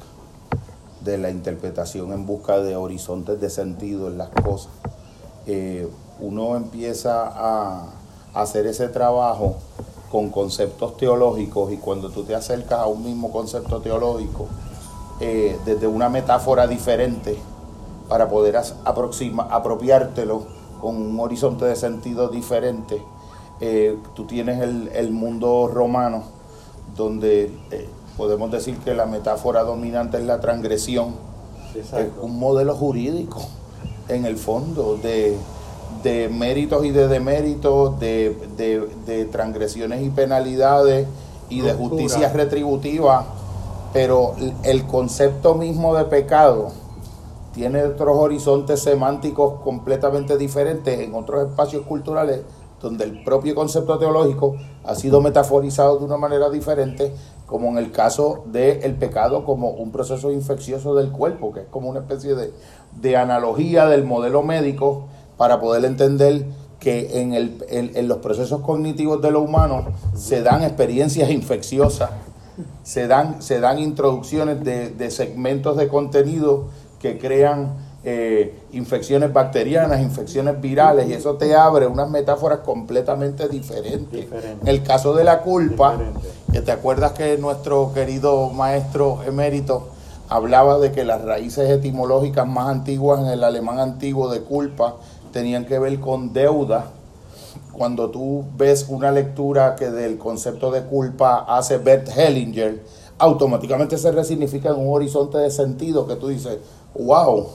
de la interpretación en busca de horizontes de sentido en las cosas, eh, uno empieza a, a hacer ese trabajo con conceptos teológicos, y cuando tú te acercas a un mismo concepto teológico eh, desde una metáfora diferente para poder aproxima, apropiártelo con un horizonte de sentido diferente, eh, tú tienes el, el mundo romano, donde eh, podemos decir que la metáfora dominante es la transgresión. Exacto. Es un modelo jurídico en el fondo de, de méritos y de deméritos, de, de, de transgresiones y penalidades y de justicia retributiva, pero el concepto mismo de pecado tiene otros horizontes semánticos completamente diferentes en otros espacios culturales, donde el propio concepto teológico ha sido metaforizado de una manera diferente, como en el caso del pecado como un proceso infeccioso del cuerpo, que es como una especie de, de analogía del modelo médico para poder entender que en, el, en, en los procesos cognitivos de lo humano se dan experiencias infecciosas, se dan, se dan introducciones de, de segmentos de contenido que crean eh, infecciones bacterianas, infecciones virales, y eso te abre unas metáforas completamente diferentes. Diferente. En el caso de la culpa, diferente. Que te acuerdas que nuestro querido maestro emérito hablaba de que las raíces etimológicas más antiguas en el alemán antiguo de culpa tenían que ver con deuda. Cuando tú ves una lectura que del concepto de culpa hace Bert Hellinger, automáticamente se resignifica en un horizonte de sentido que tú dices, wow,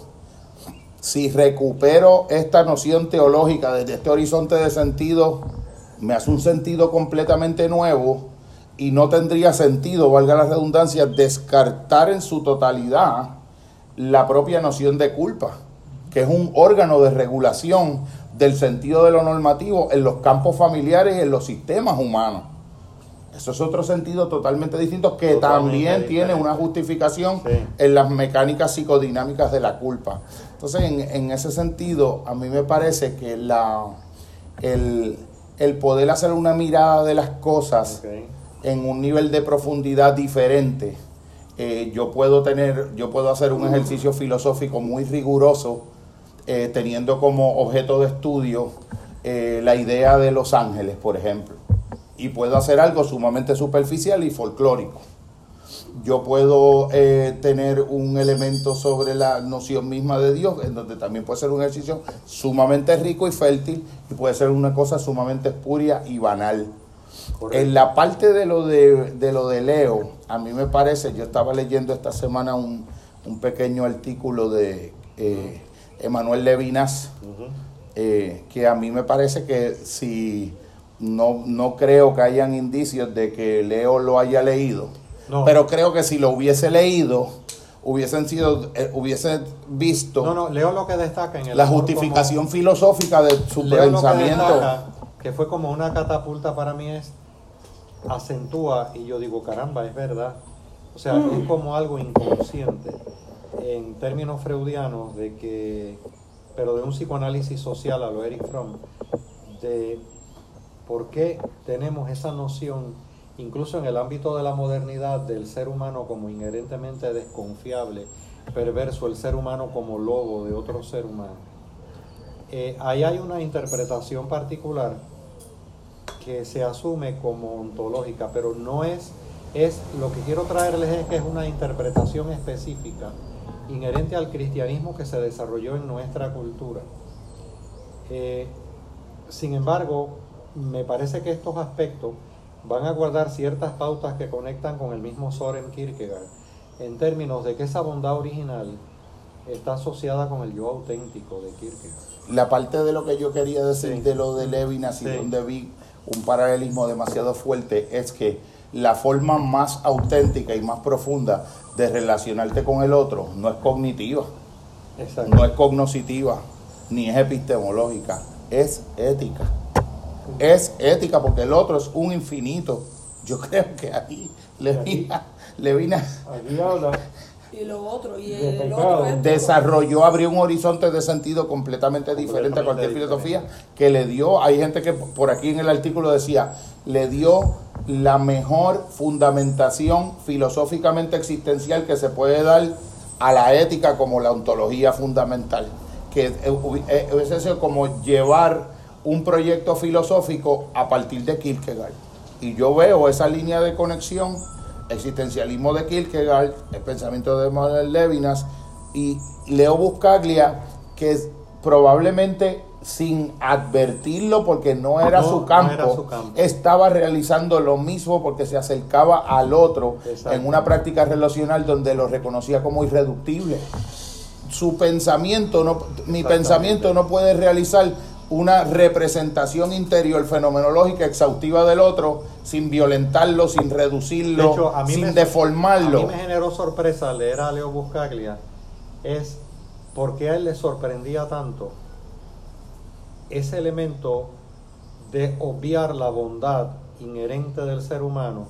si recupero esta noción teológica desde este horizonte de sentido, me hace un sentido completamente nuevo, y no tendría sentido, valga la redundancia, descartar en su totalidad la propia noción de culpa, que es un órgano de regulación del sentido de lo normativo en los campos familiares y en los sistemas humanos. Eso es otro sentido totalmente distinto que totalmente también diferente. Tiene una justificación sí. en las mecánicas psicodinámicas de la culpa. Entonces, en, en ese sentido, a mí me parece que la, el, el poder hacer una mirada de las cosas okay. en un nivel de profundidad diferente, eh, yo puedo tener, yo puedo hacer un ejercicio filosófico muy riguroso, eh, teniendo como objeto de estudio eh, la idea de los ángeles, por ejemplo. Y puedo hacer algo sumamente superficial y folclórico. Yo puedo eh, tener un elemento sobre la noción misma de Dios, en donde también puede ser un ejercicio sumamente rico y fértil, y puede ser una cosa sumamente espuria y banal. Correcto. En la parte de lo de, de lo de Leo, a mí me parece, yo estaba leyendo esta semana un, un pequeño artículo de, eh, Emanuel Levinas, uh-huh. eh, que a mí me parece que si no, no creo que hayan indicios de que Leo lo haya leído, no. pero creo que si lo hubiese leído, hubiesen sido, eh, hubiesen visto no, no, Leo lo que destaca en el la justificación como, filosófica de su Leo pensamiento. Lo que destaca, que fue como una catapulta para mí, es acentúa, y yo digo, caramba, es verdad. O sea, mm. es como algo inconsciente en términos freudianos, de que, pero de un psicoanálisis social a lo Erich Fromm, de por qué tenemos esa noción, incluso en el ámbito de la modernidad, del ser humano como inherentemente desconfiable, perverso, el ser humano como lobo de otro ser humano. Eh, ahí hay una interpretación particular que se asume como ontológica, pero no es, es lo que quiero traerles es que es una interpretación específica inherente al cristianismo que se desarrolló en nuestra cultura. Eh, sin embargo, me parece que estos aspectos van a guardar ciertas pautas que conectan con el mismo Søren Kierkegaard, en términos de que esa bondad original está asociada con el yo auténtico de Kierkegaard. La parte de lo que yo quería decir sí. de lo de Levinas y sí. donde vi un paralelismo demasiado fuerte es que la forma más auténtica y más profunda de relacionarte con el otro no es cognitiva, Exacto. no es cognoscitiva, ni es epistemológica, es ética. Es ética porque el otro es un infinito. Yo creo que ahí Levinas, Levinas aquí habla y lo otro y el, el otro es desarrolló, abrió un horizonte de sentido completamente diferente a cualquier filosofía que le dio. Hay gente que por aquí en el artículo decía, le dio la mejor fundamentación filosóficamente existencial que se puede dar a la ética como la ontología fundamental, que hubiese sido como llevar un proyecto filosófico a partir de Kierkegaard. Y yo veo esa línea de conexión, existencialismo de Kierkegaard, el pensamiento de Emanuel Levinas y Leo Buscaglia, que probablemente sin advertirlo porque no era, no, su, campo, no era su campo, estaba realizando lo mismo porque se acercaba al otro Exacto. en una práctica relacional donde lo reconocía como irreductible. Su pensamiento, no, mi pensamiento no puede realizar una representación interior fenomenológica exhaustiva del otro sin violentarlo, sin reducirlo, de hecho, a mí sin me, deformarlo. A mí me generó sorpresa leer a Leo Buscaglia, es porque a él le sorprendía tanto ese elemento de obviar la bondad inherente del ser humano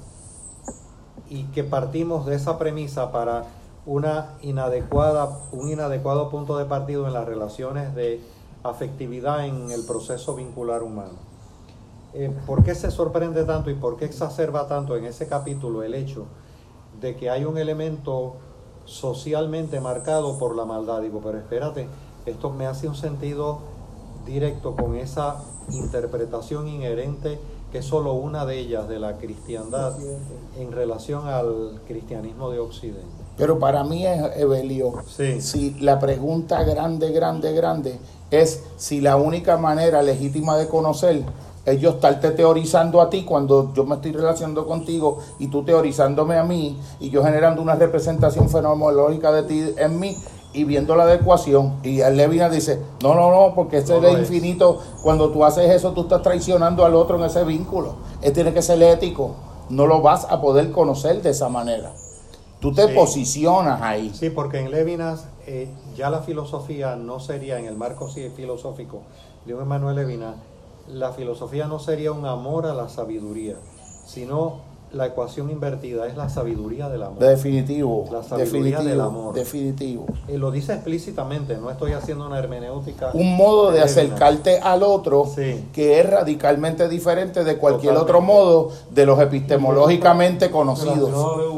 y que partimos de esa premisa para una inadecuada, un inadecuado punto de partido en las relaciones de afectividad en el proceso vincular humano. Eh, ¿Por qué se sorprende tanto y por qué exacerba tanto en ese capítulo el hecho de que hay un elemento socialmente marcado por la maldad? Digo, pero espérate, esto me hace un sentido directo con esa interpretación inherente que es solo una de ellas de la cristiandad en relación al cristianismo de Occidente. Pero para mí es, Evelio, sí. si la pregunta grande, grande, grande es si la única manera legítima de conocer es yo estarte teorizando a ti cuando yo me estoy relacionando contigo y tú teorizándome a mí y yo generando una representación fenomenológica de ti en mí y viendo la adecuación. Y Levinas dice, no, no, no, porque ese no es el infinito. Cuando tú haces eso, tú estás traicionando al otro en ese vínculo. Él tiene que ser ético. No lo vas a poder conocer de esa manera. Tú te sí. posicionas ahí. Sí, porque en Levinas eh, ya la filosofía no sería, en el marco sí, filosófico de un Emanuel Levinas, la filosofía no sería un amor a la sabiduría, sino la ecuación invertida, es la sabiduría del amor. Definitivo. La sabiduría definitivo, del amor. Definitivo. Eh, lo dice explícitamente, no estoy haciendo una hermenéutica. Un modo de acercarte al otro sí. que es radicalmente diferente de cualquier Totalmente. otro modo de los epistemológicamente conocidos.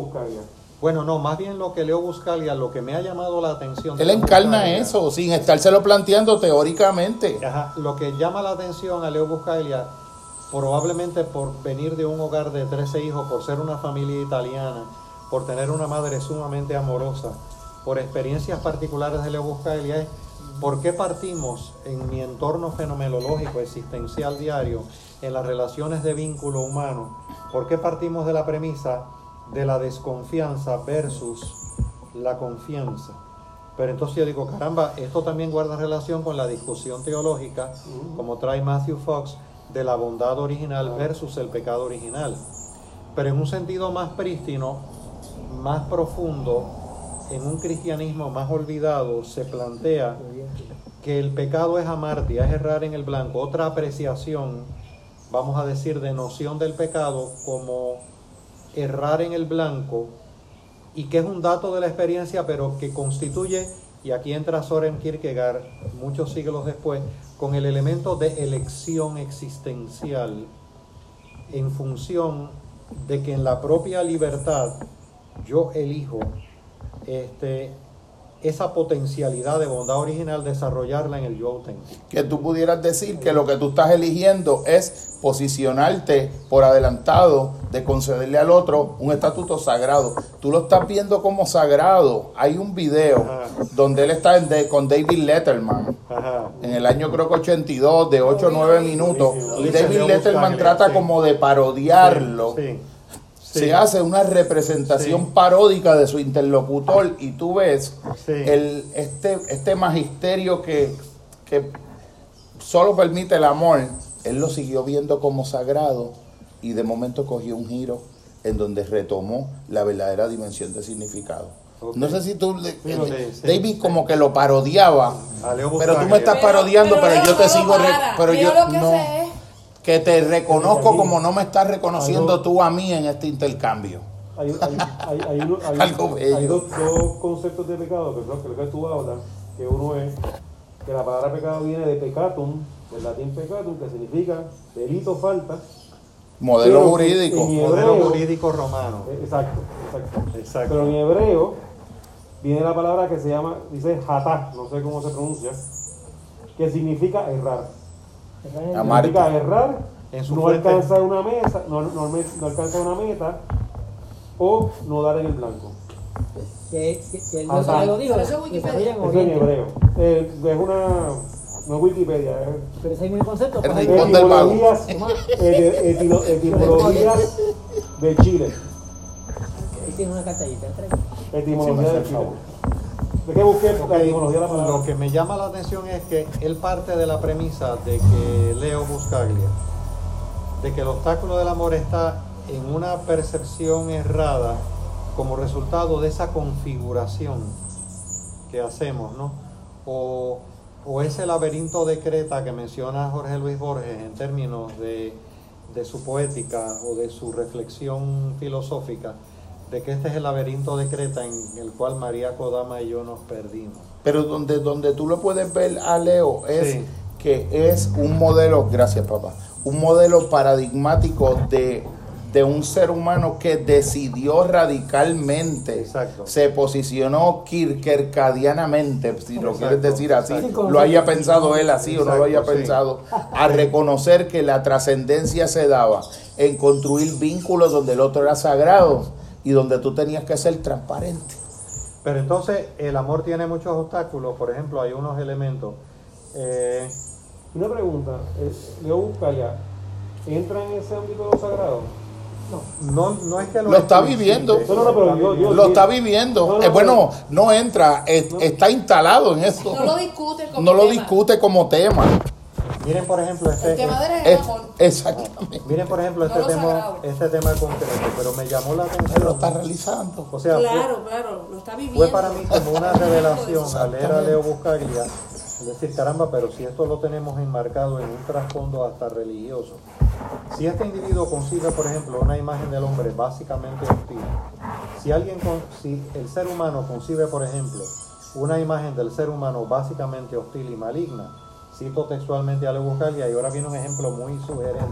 Bueno, no, más bien lo que Leo Buscaglia, lo que me ha llamado la atención. Él encarna Buscaglia, eso, sin estárselo planteando teóricamente. Ajá, lo que llama la atención a Leo Buscaglia, probablemente por venir de un hogar de trece hijos, por ser una familia italiana, por tener una madre sumamente amorosa, por experiencias particulares de Leo Buscaglia, es por qué partimos en mi entorno fenomenológico, existencial diario, en las relaciones de vínculo humano, por qué partimos de la premisa de la desconfianza versus la confianza. Pero entonces yo digo, caramba, esto también guarda relación con la discusión teológica, uh-huh. como trae Matthew Fox, de la bondad original uh-huh. versus el pecado original. Pero en un sentido más prístino, más profundo, en un cristianismo más olvidado, se plantea que el pecado es amartia, es errar en el blanco. Otra apreciación, vamos a decir, de noción del pecado como errar en el blanco, y que es un dato de la experiencia, pero que constituye, y aquí entra Soren Kierkegaard muchos siglos después, con el elemento de elección existencial en función de que en la propia libertad yo elijo este, esa potencialidad de bondad original, desarrollarla en el yo auténtico. Que tú pudieras decir que lo que tú estás eligiendo es posicionarte por adelantado de concederle al otro un estatuto sagrado. Tú lo estás viendo como sagrado. Hay un video Ajá. donde él está en de, con David Letterman Ajá. en el año creo que ochenta y dos, de ocho a nueve minutos, y David Letterman trata sí. como de parodiarlo. Sí, sí. Sí. Se hace una representación sí. paródica de su interlocutor, y tú ves sí. el, este, este magisterio que, que solo permite el amor. Él lo siguió viendo como sagrado, y de momento cogió un giro en donde retomó la verdadera dimensión de significado. Okay. No sé si tú, sí, el, sí, David sí. como que lo parodiaba, pero tú me estás pero, parodiando, pero, pero yo te sigo, re, pero yo, yo no... que te reconozco como no me estás reconociendo dos, tú a mí en este intercambio. Hay, hay, hay, hay, uno, hay, Algo bello. Hay dos, dos conceptos de pecado que creo que tú hablas, que uno es que la palabra pecado viene de peccatum, del latín peccatum, que significa delito, falta. Modelo jurídico. Hebreo, modelo jurídico romano. Exacto, exacto, exacto. Pero en hebreo viene la palabra que se llama, dice hatá, no sé cómo se pronuncia, que significa errar. Significa errar, en su no alcanza una mesa, no, no, no alcanza una meta, o no dar en el blanco. Que, que, que no se lo digo, eso es Wikipedia. Eso en hebreo. Eh, es una, no es Wikipedia. Es, pero ese es mi concepto. El rincón del mago. Etimologías de Chile. Ahí tiene una cartallita. Etimología de Chile. ¿De qué busqué la etimología de la palabra? Lo que me llama la atención es que él parte de la premisa de que Leo Buscaglia, de que el obstáculo del amor está en una percepción errada como resultado de esa configuración que hacemos, ¿no? O, o ese laberinto de Creta que menciona Jorge Luis Borges en términos de, de su poética o de su reflexión filosófica, de que este es el laberinto de Creta en el cual María Kodama y yo nos perdimos. Pero donde, donde tú lo puedes ver a Leo es sí. que es un modelo, gracias papá, un modelo paradigmático de, de un ser humano que decidió radicalmente, Exacto. se posicionó kierkegaardianamente, si lo quieres decir así, Exacto. lo haya pensado él así Exacto, o no lo haya sí. pensado, a reconocer que la trascendencia se daba en construir vínculos donde el otro era sagrado y donde tú tenías que ser transparente. Pero entonces el amor tiene muchos obstáculos. Por ejemplo, hay unos elementos. Eh, Una pregunta, Leo Buscaglia, ¿entra en ese ámbito de lo sagrado? No, no, no es que lo, lo está viviendo. No, no, no, pero yo, yo, lo está viviendo. No, no, eh, bueno, no entra, es, no. está instalado en eso. No lo discute como no tema. lo discute como tema. Miren, por ejemplo, este, el tema del es, amor. Exactamente. Miren, por ejemplo, este, no tema, este tema concreto, pero me llamó la atención. Lo está realizando. O sea, claro, fue, claro, lo está viviendo. Fue para mí como una revelación al leer a Leo Buscaglia, es decir, caramba, pero si esto lo tenemos enmarcado en un trasfondo hasta religioso. Si este individuo concibe, por ejemplo, una imagen del hombre básicamente hostil, si alguien, si el ser humano concibe, por ejemplo, una imagen del ser humano básicamente hostil y maligna, cito textualmente a Leo Buscaglia, y ahora viene un ejemplo muy sugerente.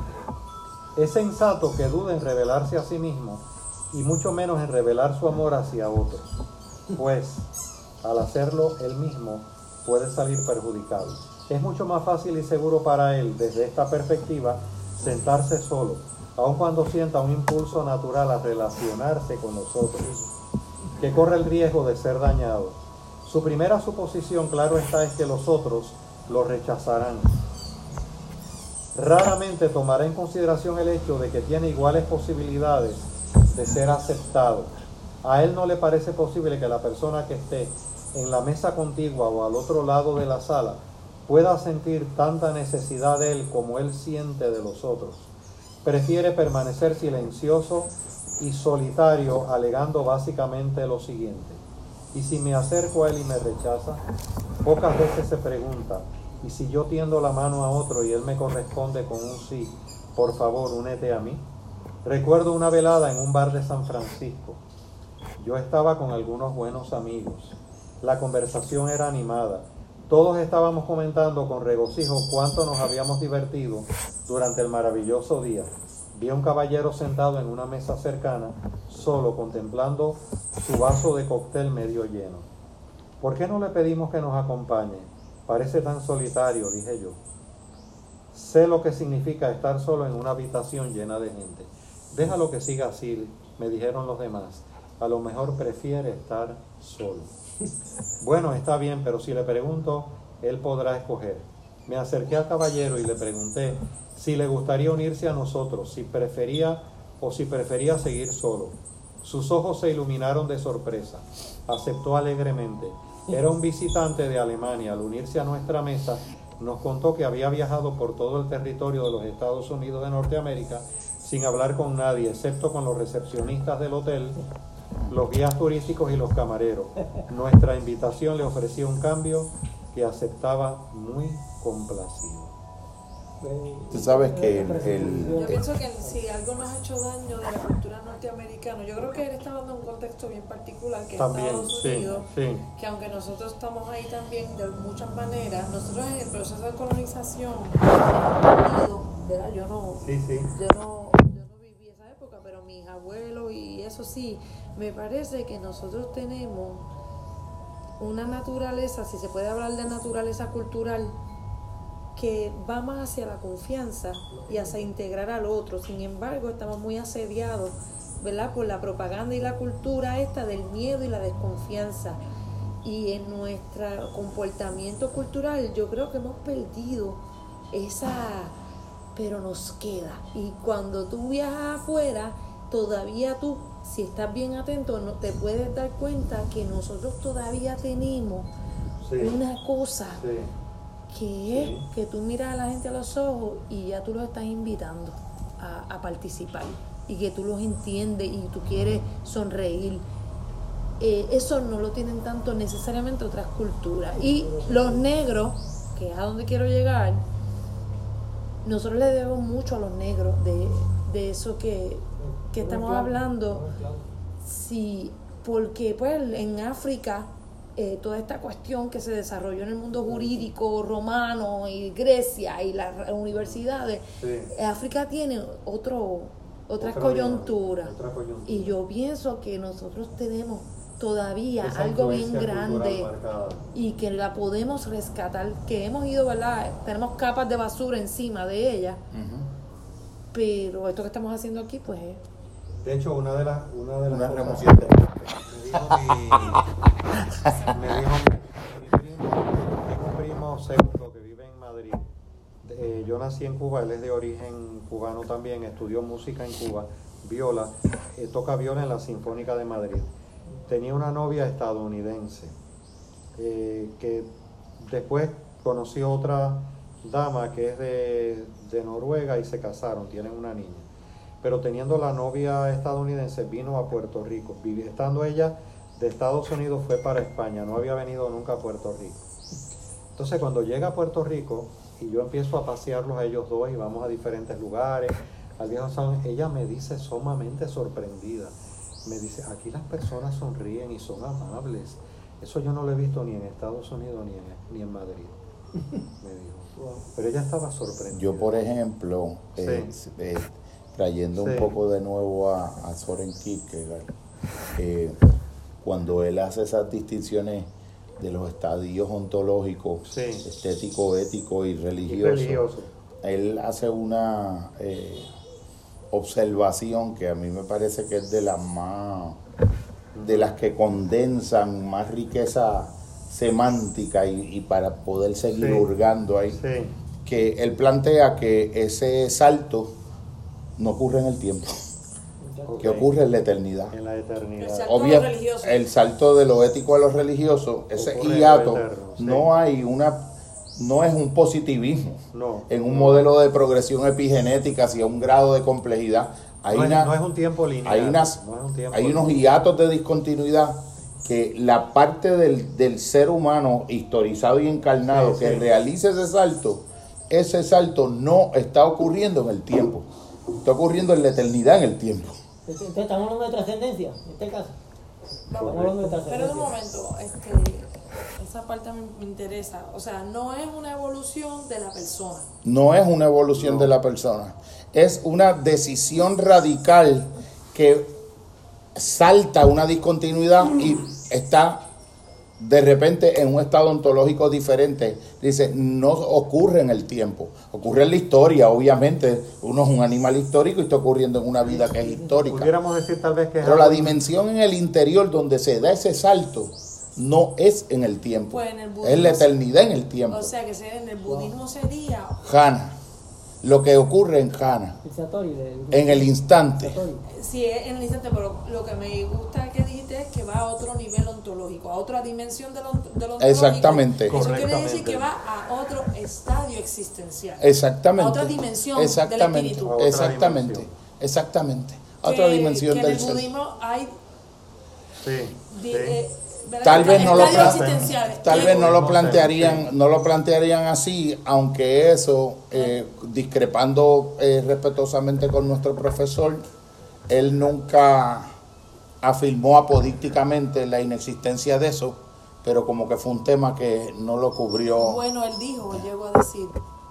Es sensato que dude en revelarse a sí mismo y mucho menos en revelar su amor hacia otros, pues al hacerlo él mismo puede salir perjudicado. Es mucho más fácil y seguro para él, desde esta perspectiva, sentarse solo, aun cuando sienta un impulso natural a relacionarse con los otros, que corre el riesgo de ser dañado. Su primera suposición, claro está, es que los otros lo rechazarán. Raramente tomará en consideración el hecho de que tiene iguales posibilidades de ser aceptado. A él no le parece posible que la persona que esté en la mesa contigua o al otro lado de la sala pueda sentir tanta necesidad de él como él siente de los otros. Prefiere permanecer silencioso y solitario, alegando básicamente lo siguiente: y si me acerco a él y me rechaza, pocas veces se pregunta, y si yo tiendo la mano a otro y él me corresponde con un sí, por favor, únete a mí. Recuerdo una velada en un bar de San Francisco. Yo estaba con algunos buenos amigos. La conversación era animada. Todos estábamos comentando con regocijo cuánto nos habíamos divertido durante el maravilloso día. Vi a un caballero sentado en una mesa cercana, solo contemplando su vaso de cóctel medio lleno. ¿Por qué no le pedimos que nos acompañe? Parece tan solitario, dije yo. Sé lo que significa estar solo en una habitación llena de gente. Déjalo que siga así, me dijeron los demás. A lo mejor prefiere estar solo. Bueno, está bien, pero si le pregunto, él podrá escoger. Me acerqué al caballero y le pregunté si le gustaría unirse a nosotros, si prefería o si prefería seguir solo. Sus ojos se iluminaron de sorpresa. Aceptó alegremente. Era un visitante de Alemania. Al unirse a nuestra mesa, nos contó que había viajado por todo el territorio de los Estados Unidos de Norteamérica sin hablar con nadie, excepto con los recepcionistas del hotel, los guías turísticos y los camareros. Nuestra invitación le ofrecía un cambio que aceptaba muy complacido. Tú sabes que el, el, yo pienso que si algo nos ha hecho daño de la cultura norteamericana, yo creo que él está dando un contexto bien particular, que es Estados Unidos, sí, sí. Que aunque nosotros estamos ahí también de muchas maneras, nosotros en el proceso de colonización, ¿verdad? Yo no, sí, sí. yo no, yo no viví esa época, pero mis abuelos y eso sí, me parece que nosotros tenemos una naturaleza, si se puede hablar de naturaleza cultural, que va más hacia la confianza y hacia integrar al otro. Sin embargo, estamos muy asediados, ¿verdad?, por la propaganda y la cultura esta del miedo y la desconfianza. Y en nuestro comportamiento cultural yo creo que hemos perdido esa, pero nos queda. Y cuando tú viajas afuera, todavía tú, si estás bien atento, no te puedes dar cuenta que nosotros todavía tenemos sí. una cosa sí. que es sí. que tú miras a la gente a los ojos y ya tú los estás invitando a, a participar y que tú los entiendes y tú quieres sonreír. Eh, eso no lo tienen tanto necesariamente otras culturas. Y los negros, que es a donde quiero llegar, nosotros le debemos mucho a los negros de, de eso que, que estamos hablando. Sí, porque pues en África eh, toda esta cuestión que se desarrolló en el mundo jurídico romano y Grecia y las universidades, sí. África tiene otro otra coyuntura. otra coyuntura y yo pienso que nosotros tenemos todavía esa algo bien grande y que la podemos rescatar, que hemos ido, ¿verdad? Tenemos capas de basura encima de ella, uh-huh. pero esto que estamos haciendo aquí pues es... De hecho, una de las una de las una remoción de... me dijo mi me dijo mi, mi primo, tengo un primo segundo que vive en Madrid. Eh, yo nací en Cuba, él es de origen cubano también, estudió música en Cuba, viola, eh, toca viola en la Sinfónica de Madrid. Tenía una novia estadounidense eh, que después conoció otra dama que es de, de Noruega y se casaron, tienen una niña. Pero teniendo la novia estadounidense vino a Puerto Rico. Estando ella de Estados Unidos fue para España, no había venido nunca a Puerto Rico. Entonces cuando llega a Puerto Rico y yo empiezo a pasearlos a ellos dos y vamos a diferentes lugares, al viejo San, ella me dice sumamente sorprendida. Me dice, aquí las personas sonríen y son amables. Eso yo no lo he visto ni en Estados Unidos ni en, ni en Madrid. Me dijo. Pero ella estaba sorprendida. Yo, por ejemplo, sí. eh, eh, trayendo sí. un poco de nuevo a, a Soren Kierkegaard, eh, cuando él hace esas distinciones de los estadios ontológicos, sí. estético, ético y religioso, y religioso. Él hace una... Eh, observación que a mí me parece que es de las más de las que condensan más riqueza semántica y, y para poder seguir sí. hurgando ahí, sí. que él plantea que ese salto no ocurre en el tiempo, que ocurre en la eternidad. En la eternidad. El salto Obvio, de lo religioso. el salto de lo ético a lo religioso, ese Ocurre en lo hiato, eterno, sí. no hay una, no es un positivismo. No. En un modelo de progresión epigenética hacia un grado de complejidad, hay, no, una, es, no es un tiempo lineal. hay, unas, no es un tiempo hay unos lineal. hiatos de discontinuidad que la parte del, del ser humano historizado y encarnado Sí, que sí. realice ese salto, ese salto no está ocurriendo en el tiempo, está ocurriendo en la eternidad en el tiempo. Entonces, estamos hablando de trascendencia, en este caso. Estamos Vamos, hablando de pero trascendencia. un momento, este, esa parte me, me interesa. O sea, no es una evolución de la persona. No es una evolución No. de la persona, es una decisión radical que salta una discontinuidad y está de repente en un estado ontológico diferente. Dice, no ocurre en el tiempo, ocurre en la historia, obviamente. Uno es un animal histórico y está ocurriendo en una vida que es histórica. Pudiéramos decir tal vez que es Pero la algo- dimensión en el interior donde se da ese salto no es en el tiempo, Pues en el es budismo- la eternidad en el tiempo. O sea, que se- en el budismo sería. Jhana, lo que ocurre en Jhana, El Satori, de- en el instante. Satori. Sí, es en el instante, pero lo que me gusta que dijiste es que va a otro nivel ontológico, a otra dimensión de lo, ont- de lo ontológico. Exactamente. Eso quiere decir Correctamente. que va a otro estadio existencial. Exactamente. A otra dimensión Exactamente. del espíritu. A otra Exactamente. dimensión. Exactamente. A Que- otra dimensión que del en el ser. budismo hay Sí, di- sí. eh, ¿verdad? Tal vez no lo Estadios plan- existenciales. Tal Que- vez no lo No sé, plantearían, sí. no lo plantearían así, aunque eso, eh, discrepando eh, respetuosamente con nuestro profesor, él nunca afirmó apodícticamente la inexistencia de eso, pero como que fue un tema que no lo cubrió. Bueno, él dijo, él llegó a decir,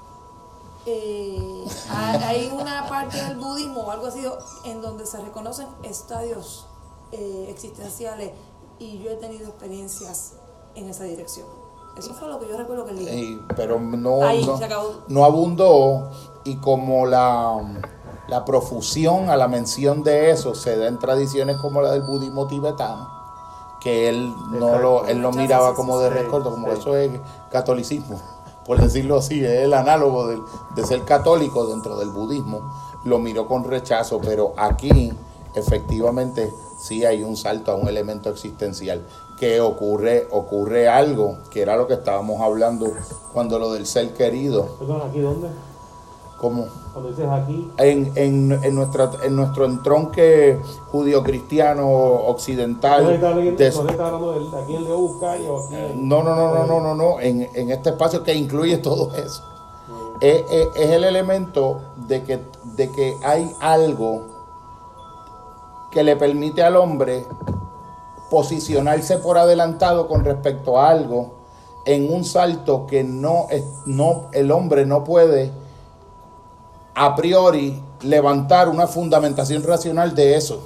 eh, hay hay una parte del budismo o algo así en donde se reconocen estadios eh, existenciales y yo he tenido experiencias en esa dirección. Eso fue lo que yo recuerdo que él dijo. Eh, pero no, Ahí, no, se acabó. no abundó, y como la, la profusión a la mención de eso se da en tradiciones como la del budismo tibetano, que él no lo, él lo Exacto. miraba como de Sí, recuerdo, como sí. eso es catolicismo, por decirlo así, es el análogo del- de ser católico dentro del budismo, lo miró con rechazo, pero aquí efectivamente sí hay un salto a un elemento existencial, que ocurre, ocurre algo, que era lo que estábamos hablando cuando lo del ser querido, Perdón, ¿aquí dónde? como Cuando dices aquí, en, en, en, nuestra, en nuestro entronque judío-cristiano ¿dónde occidental. está leyendo? de- ¿Dónde está hablando del, aquí en Leo Buscay o aquí en- no, no, no, no, no, no, no, en, en este espacio que incluye todo eso. Es, es- es el elemento de que, de que hay algo que le permite al hombre posicionarse por adelantado con respecto a algo en un salto que no, es, no el hombre no puede a priori levantar una fundamentación racional de eso.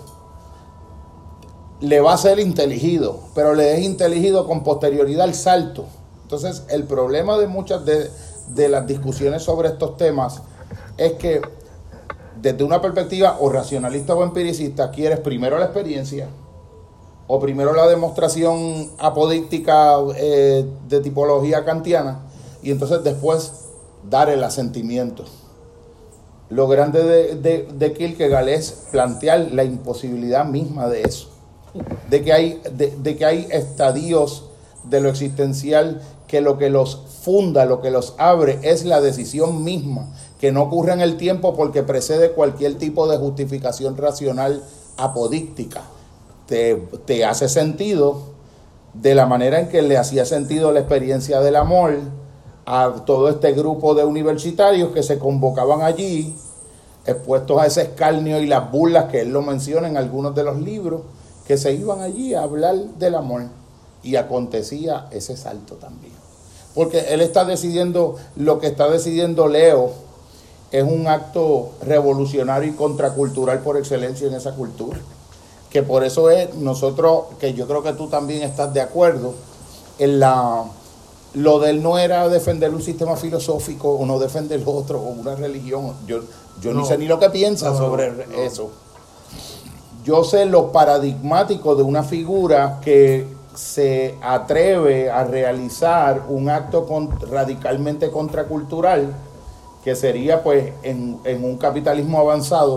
Le va a ser inteligido, pero le es inteligido con posterioridad al salto. Entonces, el problema de muchas de, de las discusiones sobre estos temas es que desde una perspectiva o racionalista o empiricista quieres primero la experiencia o primero la demostración apodíctica eh, de tipología kantiana y entonces después dar el asentimiento. Lo grande de, de, de Kierkegaard es plantear la imposibilidad misma de eso, de que hay, de, de que hay estadios de lo existencial que lo que los funda, lo que los abre es la decisión misma, que no ocurre en el tiempo porque precede cualquier tipo de justificación racional apodíctica. Te, te hace sentido de la manera en que le hacía sentido la experiencia del amor a todo este grupo de universitarios que se convocaban allí, expuestos a ese escarnio y las burlas que él lo menciona en algunos de los libros, que se iban allí a hablar del amor, y acontecía ese salto también. Porque él está decidiendo, lo que está decidiendo Leo es un acto revolucionario y contracultural por excelencia en esa cultura. Que por eso es nosotros, que yo creo que tú también estás de acuerdo, en la, lo de él no era defender un sistema filosófico o no defender lo otro o una religión. Yo, yo No. ni sé ni lo que piensa No, sobre no. eso. Yo sé lo paradigmático de una figura que se atreve a realizar un acto con, radicalmente contracultural, que sería pues en, en un capitalismo avanzado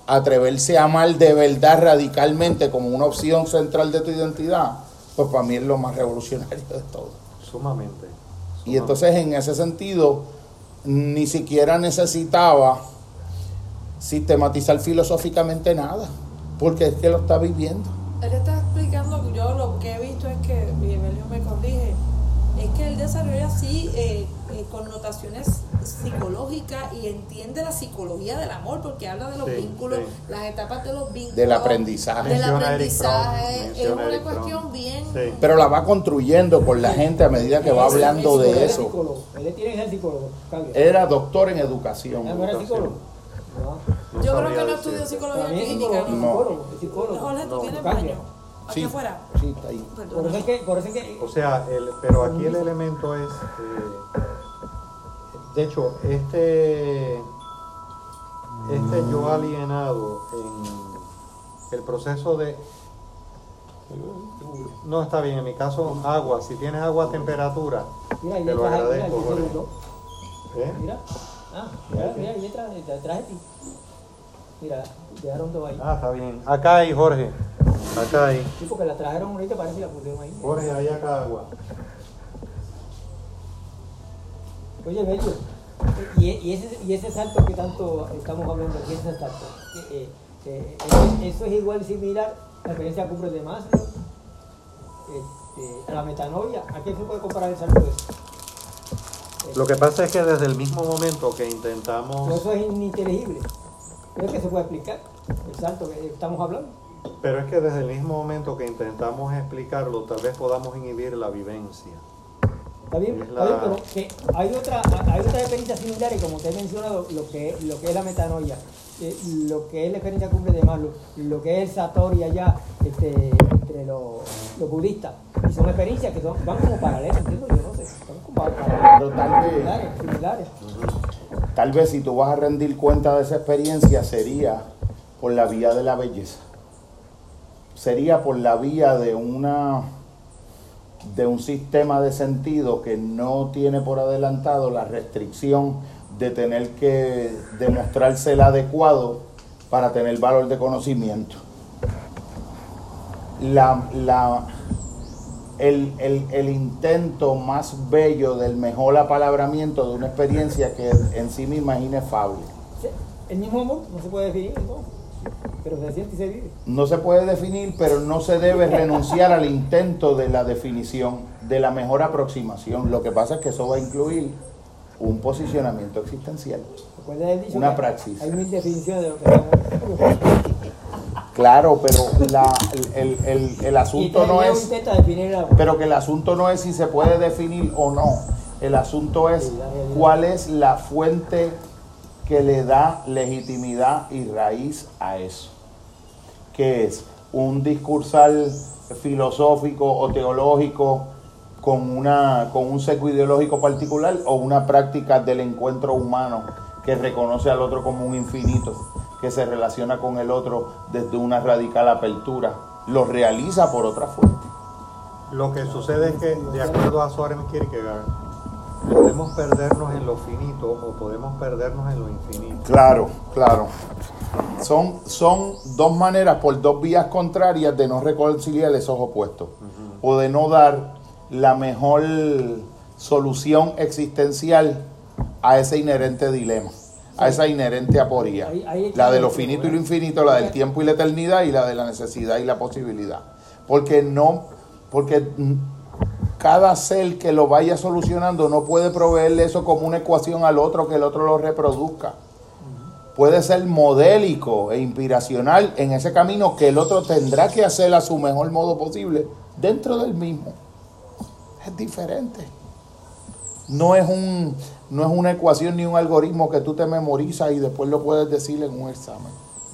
atreverse a amar de verdad radicalmente como una opción central de tu identidad, pues para mí es lo más revolucionario de todo. Sumamente. sumamente. Y entonces en ese sentido ni siquiera necesitaba sistematizar filosóficamente nada, porque es que lo está viviendo. Él está explicando, yo lo que he visto es que, y Evelio me corrige, es que él desarrolla así eh, eh, connotaciones psicológicas y entiende la psicología del amor, porque habla de los sí, vínculos, sí. las etapas de los vínculos, del aprendizaje. Del aprendizaje, es una cuestión bien... Sí. Pero la va construyendo con la gente a medida que va hablando de eso. Él tiene que ser psicólogo. Era doctor en educación. ¿No era psicólogo? No. Yo creo que no estudió psicología clínica. No. Psicólogo. Jorge, tú tienes baño. Aquí sí, afuera. Sí, está ahí. Por eso es que, por eso es que... O sea, el, pero aquí el elemento es... Eh, de hecho, este, este yo alienado en el proceso de... No, está bien, en mi caso, agua. Si tienes agua a temperatura, mira, te lo agradezco, Jorge. ¿Eh? Mira, ah, mira, mira, ahí detrás, detrás de ti. Mira, dejaron dos ahí. Ah, está bien. Acá hay, Jorge. Acá hay. Sí, porque la trajeron ahorita, parece que la pusieron ahí. Jorge, hay acá agua. Oye, Bello, y, y, ese, y ese salto que tanto estamos hablando aquí, ese salto, eh, eh, eh, eso es igual similar a la experiencia cumbre de Maslow, este, a la metanoia. ¿A qué se puede comparar el salto de eso? Lo que pasa es que desde el mismo momento que intentamos... Pero eso es ininteligible. Creo que se puede explicar el salto que estamos hablando. Pero es que desde el mismo momento que intentamos explicarlo, tal vez podamos inhibir la vivencia. Está bien, la... está bien, pero que hay, otra, hay otras experiencias similares, como te he mencionado, lo que, lo que es la metanoia, eh, lo que es la experiencia cumbre de Maslow, lo que es el Satori allá este, entre los, los budistas. Y son experiencias que son, van como paralelas, ¿entiendes? Yo no sé, son como paralelas, pero tal vez, similares. similares. Uh-huh. Tal vez si tú vas a rendir cuenta de esa experiencia sería por la vía de la belleza. Sería por la vía de una de un sistema de sentido que no tiene por adelantado la restricción de tener que demostrarse el adecuado para tener valor de conocimiento. La, la, el, el, el intento más bello del mejor apalabramiento de una experiencia que en sí misma es inefable. El mismo amor no se puede definir, ¿no? Pero se siente y se vive. No se puede definir, pero no se debe renunciar al intento de la definición, de la mejor aproximación. Lo que pasa es que eso va a incluir un posicionamiento existencial, una praxis. Hay mil definiciones de lo que es amor. Claro, pero la, el, el, el asunto no es... Pero que el asunto no es si se puede definir o no. El asunto es cuál es la fuente que le da legitimidad y raíz a eso. ¿Qué es? Un discursal filosófico o teológico con, una, con un sesgo ideológico particular, o una práctica del encuentro humano que reconoce al otro como un infinito, que se relaciona con el otro desde una radical apertura, lo realiza por otra fuente. Lo que sucede es que, de acuerdo a Soren Kierkegaard, podemos perdernos en lo finito o podemos perdernos en lo infinito. Claro, claro. Son, son dos maneras, por dos vías contrarias, de no reconciliar esos opuestos. Uh-huh. O de no dar la mejor solución existencial a ese inherente dilema, sí, a esa inherente aporía. Ahí, ahí la de lo finito y lo infinito, la del tiempo y la eternidad, y la de la necesidad y la posibilidad. Porque no, porque cada ser que lo vaya solucionando no puede proveerle eso como una ecuación al otro, que el otro lo reproduzca. Puede ser modélico e inspiracional en ese camino que el otro tendrá que hacer a su mejor modo posible dentro del mismo. Es diferente. No es un, no es una ecuación ni un algoritmo que tú te memorizas y después lo puedes decir en un examen.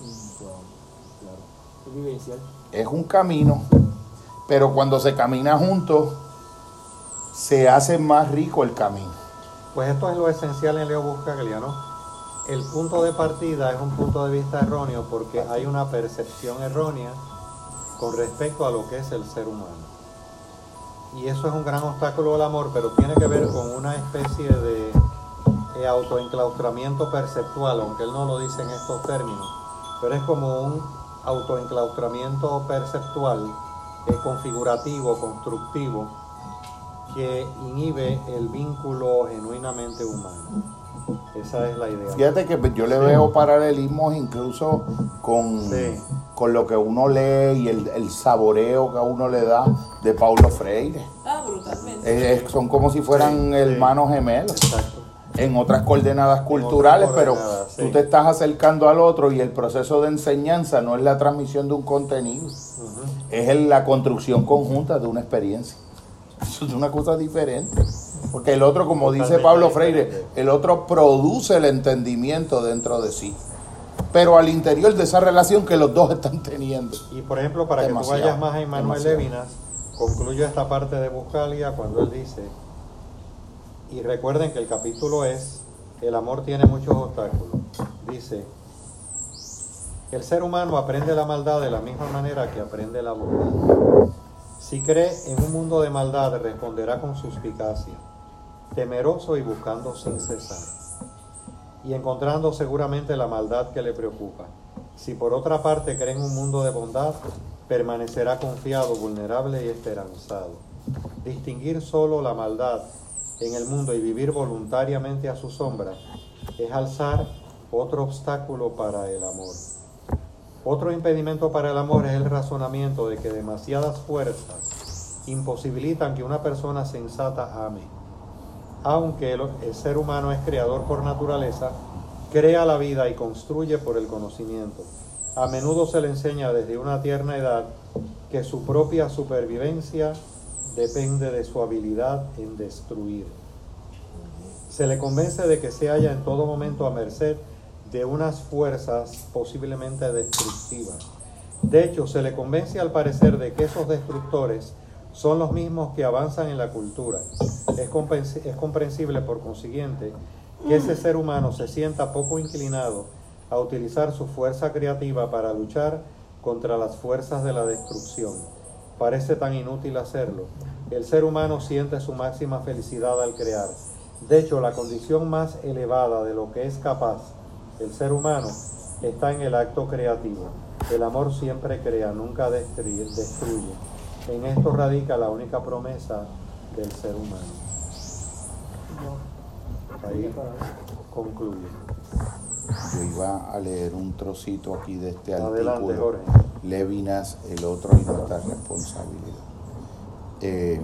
Es un camino, pero cuando se camina juntos se hace más rico el camino. Pues esto es lo esencial en Leo Buscaglia, ¿no? El punto de partida es un punto de vista erróneo porque hay una percepción errónea con respecto a lo que es el ser humano. Y eso es un gran obstáculo al amor, pero tiene que ver con una especie de, de autoenclaustramiento perceptual, aunque él no lo dice en estos términos, pero es como un autoenclaustramiento perceptual, eh, configurativo, constructivo, que inhibe el vínculo genuinamente humano. Esa es la idea. Fíjate que yo le sí. veo paralelismos incluso con, sí. con lo que uno lee y el, el saboreo que a uno le da de Paulo Freire. Ah, brutalmente. Es, son como si fueran sí. hermanos gemelos. Exacto. En otras coordenadas culturales, otras coordenadas, pero sí. tú te estás acercando al otro y el proceso de enseñanza no es la transmisión de un contenido, uh-huh. es la construcción conjunta de una experiencia. Eso es una cosa diferente. Porque el otro, como Totalmente dice Pablo Freire, diferente. El otro produce el entendimiento dentro de sí, pero al interior de esa relación que los dos están teniendo. Y por ejemplo, para demasiado, que tú vayas más a Emmanuel Levinas, concluyo esta parte de Buscaglia cuando él dice, y recuerden que el capítulo es, el amor tiene muchos obstáculos. Dice, el ser humano aprende la maldad de la misma manera que aprende la bondad. Si cree en un mundo de maldad, responderá con suspicacia, temeroso y buscando sin cesar, y encontrando seguramente la maldad que le preocupa. Si por otra parte cree en un mundo de bondad, permanecerá confiado, vulnerable y esperanzado. Distinguir solo la maldad en el mundo y vivir voluntariamente a su sombra es alzar otro obstáculo para el amor. Otro impedimento para el amor es el razonamiento de que demasiadas fuerzas imposibilitan que una persona sensata ame. Aunque el, el ser humano es creador por naturaleza, crea la vida y construye por el conocimiento. A menudo se le enseña desde una tierna edad que su propia supervivencia depende de su habilidad en destruir. Se le convence de que se halla en todo momento a merced de unas fuerzas posiblemente destructivas. De hecho, se le convence al parecer de que esos destructores son los mismos que avanzan en la cultura. Es, compens- es comprensible, por consiguiente, que ese ser humano se sienta poco inclinado a utilizar su fuerza creativa para luchar contra las fuerzas de la destrucción. Parece tan inútil hacerlo. El ser humano siente su máxima felicidad al crear. De hecho, la condición más elevada de lo que es capaz el ser humano está en el acto creativo. El amor siempre crea, nunca destruye. En esto radica la única promesa del ser humano. Ahí concluye. Yo iba a leer un trocito aquí de este Adelante, artículo. Jorge. Levinas, el otro y nuestra responsabilidad. Eh,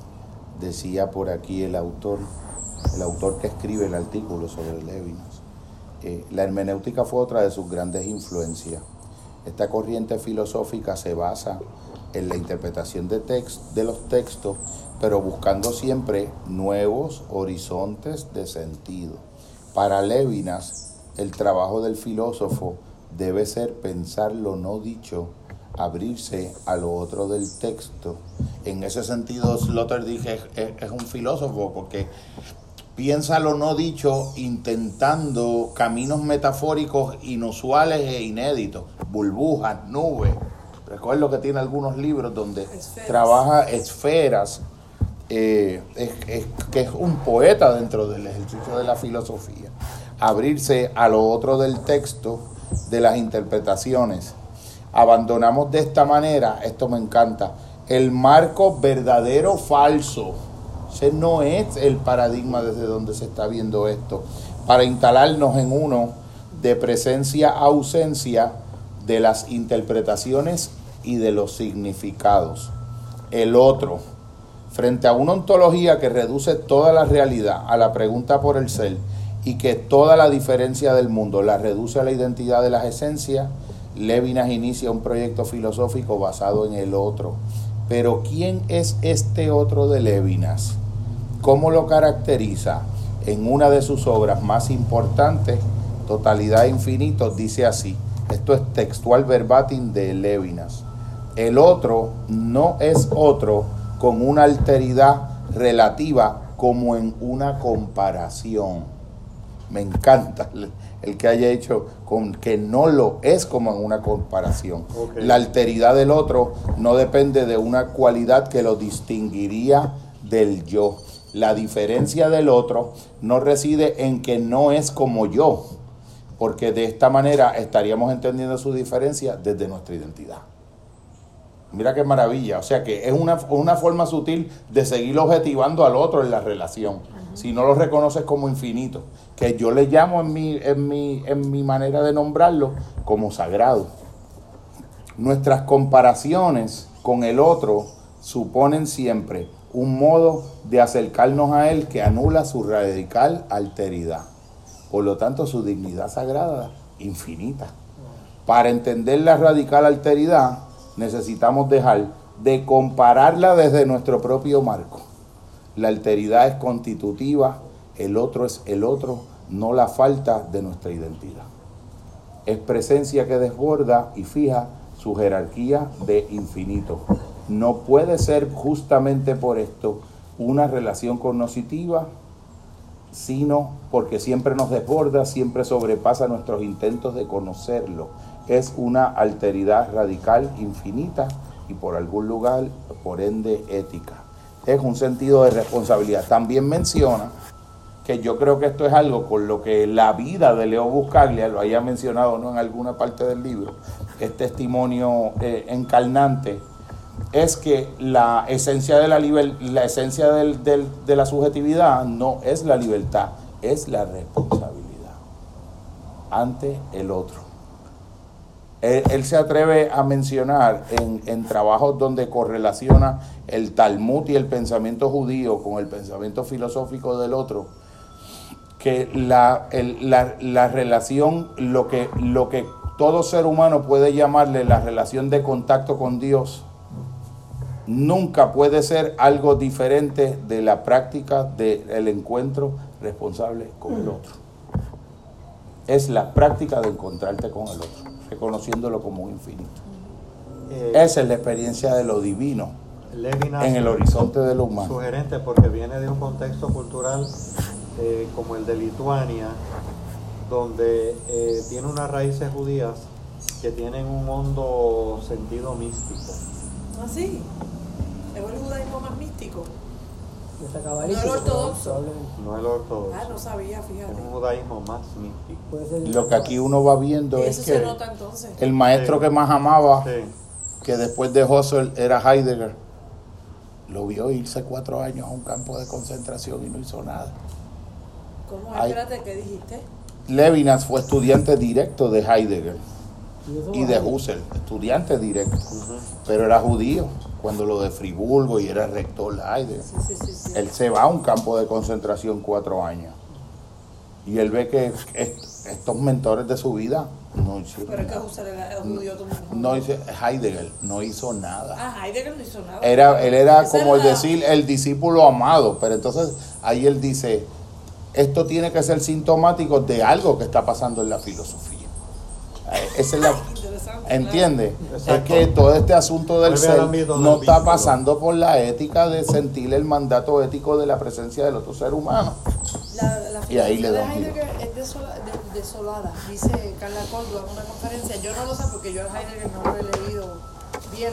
decía por aquí el autor, el autor que escribe el artículo sobre Levinas. Eh, la hermenéutica fue otra de sus grandes influencias. Esta corriente filosófica se basa en la interpretación de, text, de los textos, pero buscando siempre nuevos horizontes de sentido. Para Levinas, el trabajo del filósofo debe ser pensar lo no dicho, abrirse a lo otro del texto. En ese sentido, Sloterdijk es, es, es un filósofo porque piensa lo no dicho intentando caminos metafóricos inusuales e inéditos, burbujas, nubes. Recuerdo que tiene algunos libros donde esferas. trabaja esferas, eh, es, es, que es un poeta dentro del ejercicio de la filosofía. Abrirse a lo otro del texto, de las interpretaciones. Abandonamos de esta manera, esto me encanta, el marco verdadero falso. Ese no es el paradigma desde donde se está viendo esto, para instalarnos en uno de presencia-ausencia de las interpretaciones y de los significados. El otro, frente a una ontología que reduce toda la realidad a la pregunta por el ser y que toda la diferencia del mundo la reduce a la identidad de las esencias, Levinas inicia un proyecto filosófico basado en el otro. Pero ¿quién es este otro de Levinas? ¿Cómo lo caracteriza? En una de sus obras más importantes, Totalidad e Infinito, dice así, esto es textual verbatim de Levinas: el otro no es otro con una alteridad relativa como en una comparación. Me encanta el que haya hecho con que no lo es como en una comparación. Okay. La alteridad del otro no depende de una cualidad que lo distinguiría del yo. La diferencia del otro no reside en que no es como yo. porque de esta manera estaríamos entendiendo su diferencia desde nuestra identidad. Mira qué maravilla, o sea que es una, una forma sutil de seguir objetivando al otro en la relación, uh-huh. Si no lo reconoces como infinito, que yo le llamo en mi, en mi, en mi manera de nombrarlo como sagrado. Nuestras comparaciones con el otro suponen siempre un modo de acercarnos a él que anula su radical alteridad, por lo tanto su dignidad sagrada infinita. Para entender la radical alteridad necesitamos dejar de compararla desde nuestro propio marco. La alteridad es constitutiva, el otro es el otro, no la falta de nuestra identidad. Es presencia que desborda y fija su jerarquía de infinito. No puede ser justamente por esto una relación cognoscitiva, sino porque siempre nos desborda, siempre sobrepasa nuestros intentos de conocerlo. Es una alteridad radical, infinita y por algún lugar, por ende, ética. Es un sentido de responsabilidad. También menciona que yo creo que esto es algo con lo que la vida de Leo Buscaglia, lo haya mencionado no en alguna parte del libro, es testimonio eh, encarnante, es que la esencia de la, liber, la, esencia del, del, de la subjetividad no es la libertad, es la responsabilidad ante el otro. Él, él se atreve a mencionar en, en trabajos donde correlaciona el Talmud y el pensamiento judío con el pensamiento filosófico del otro, que la, el, la, la relación, lo que, lo que todo ser humano puede llamarle la relación de contacto con Dios, nunca puede ser algo diferente de la práctica del encuentro responsable con el otro. Es la práctica de encontrarte con el otro, reconociéndolo como un infinito. Eh, Esa es la experiencia de lo divino en el horizonte de lo humano. Sugerente porque viene de un contexto cultural eh, como el de Lituania, donde eh, tiene unas raíces judías que tienen un hondo sentido místico. ¿Ah, sí? ¿Es el judaísmo más místico? No el ortodoxo. No el ortodoxo. Ah, no sabía, fíjate. Es un judaísmo más místico. Lo que aquí uno va viendo es que nota, el maestro sí. que más amaba, sí. que después de Husserl era Heidegger, lo vio irse cuatro años a un campo de concentración y no hizo nada. ¿Cómo? Espérate, ¿qué dijiste? Levinas fue estudiante directo de Heidegger y de Husserl, estudiante directo, uh-huh. pero era judío cuando lo de Friburgo y era rector de Heidegger. Sí, sí, sí, sí. Él se va a un campo de concentración cuatro años y él ve que est- estos mentores de su vida no hicieron pero es que nada. Husserl era judío también. No hizo, Heidegger no hizo nada. Ah, Heidegger no hizo nada. Era, él era Esa como era... decir el discípulo amado, pero entonces ahí él dice, esto tiene que ser sintomático de algo que está pasando en la filosofía. Esa es la, ¿entiende? Claro. Es que todo este asunto del ser no está pasando por la ética de sentir el mandato ético de la presencia del otro ser humano. La, la y ahí le de dan Heidegger es desola, de, desolada, dice Carla Córdoba en una conferencia. Yo no lo sé porque yo a Heidegger no lo he leído bien,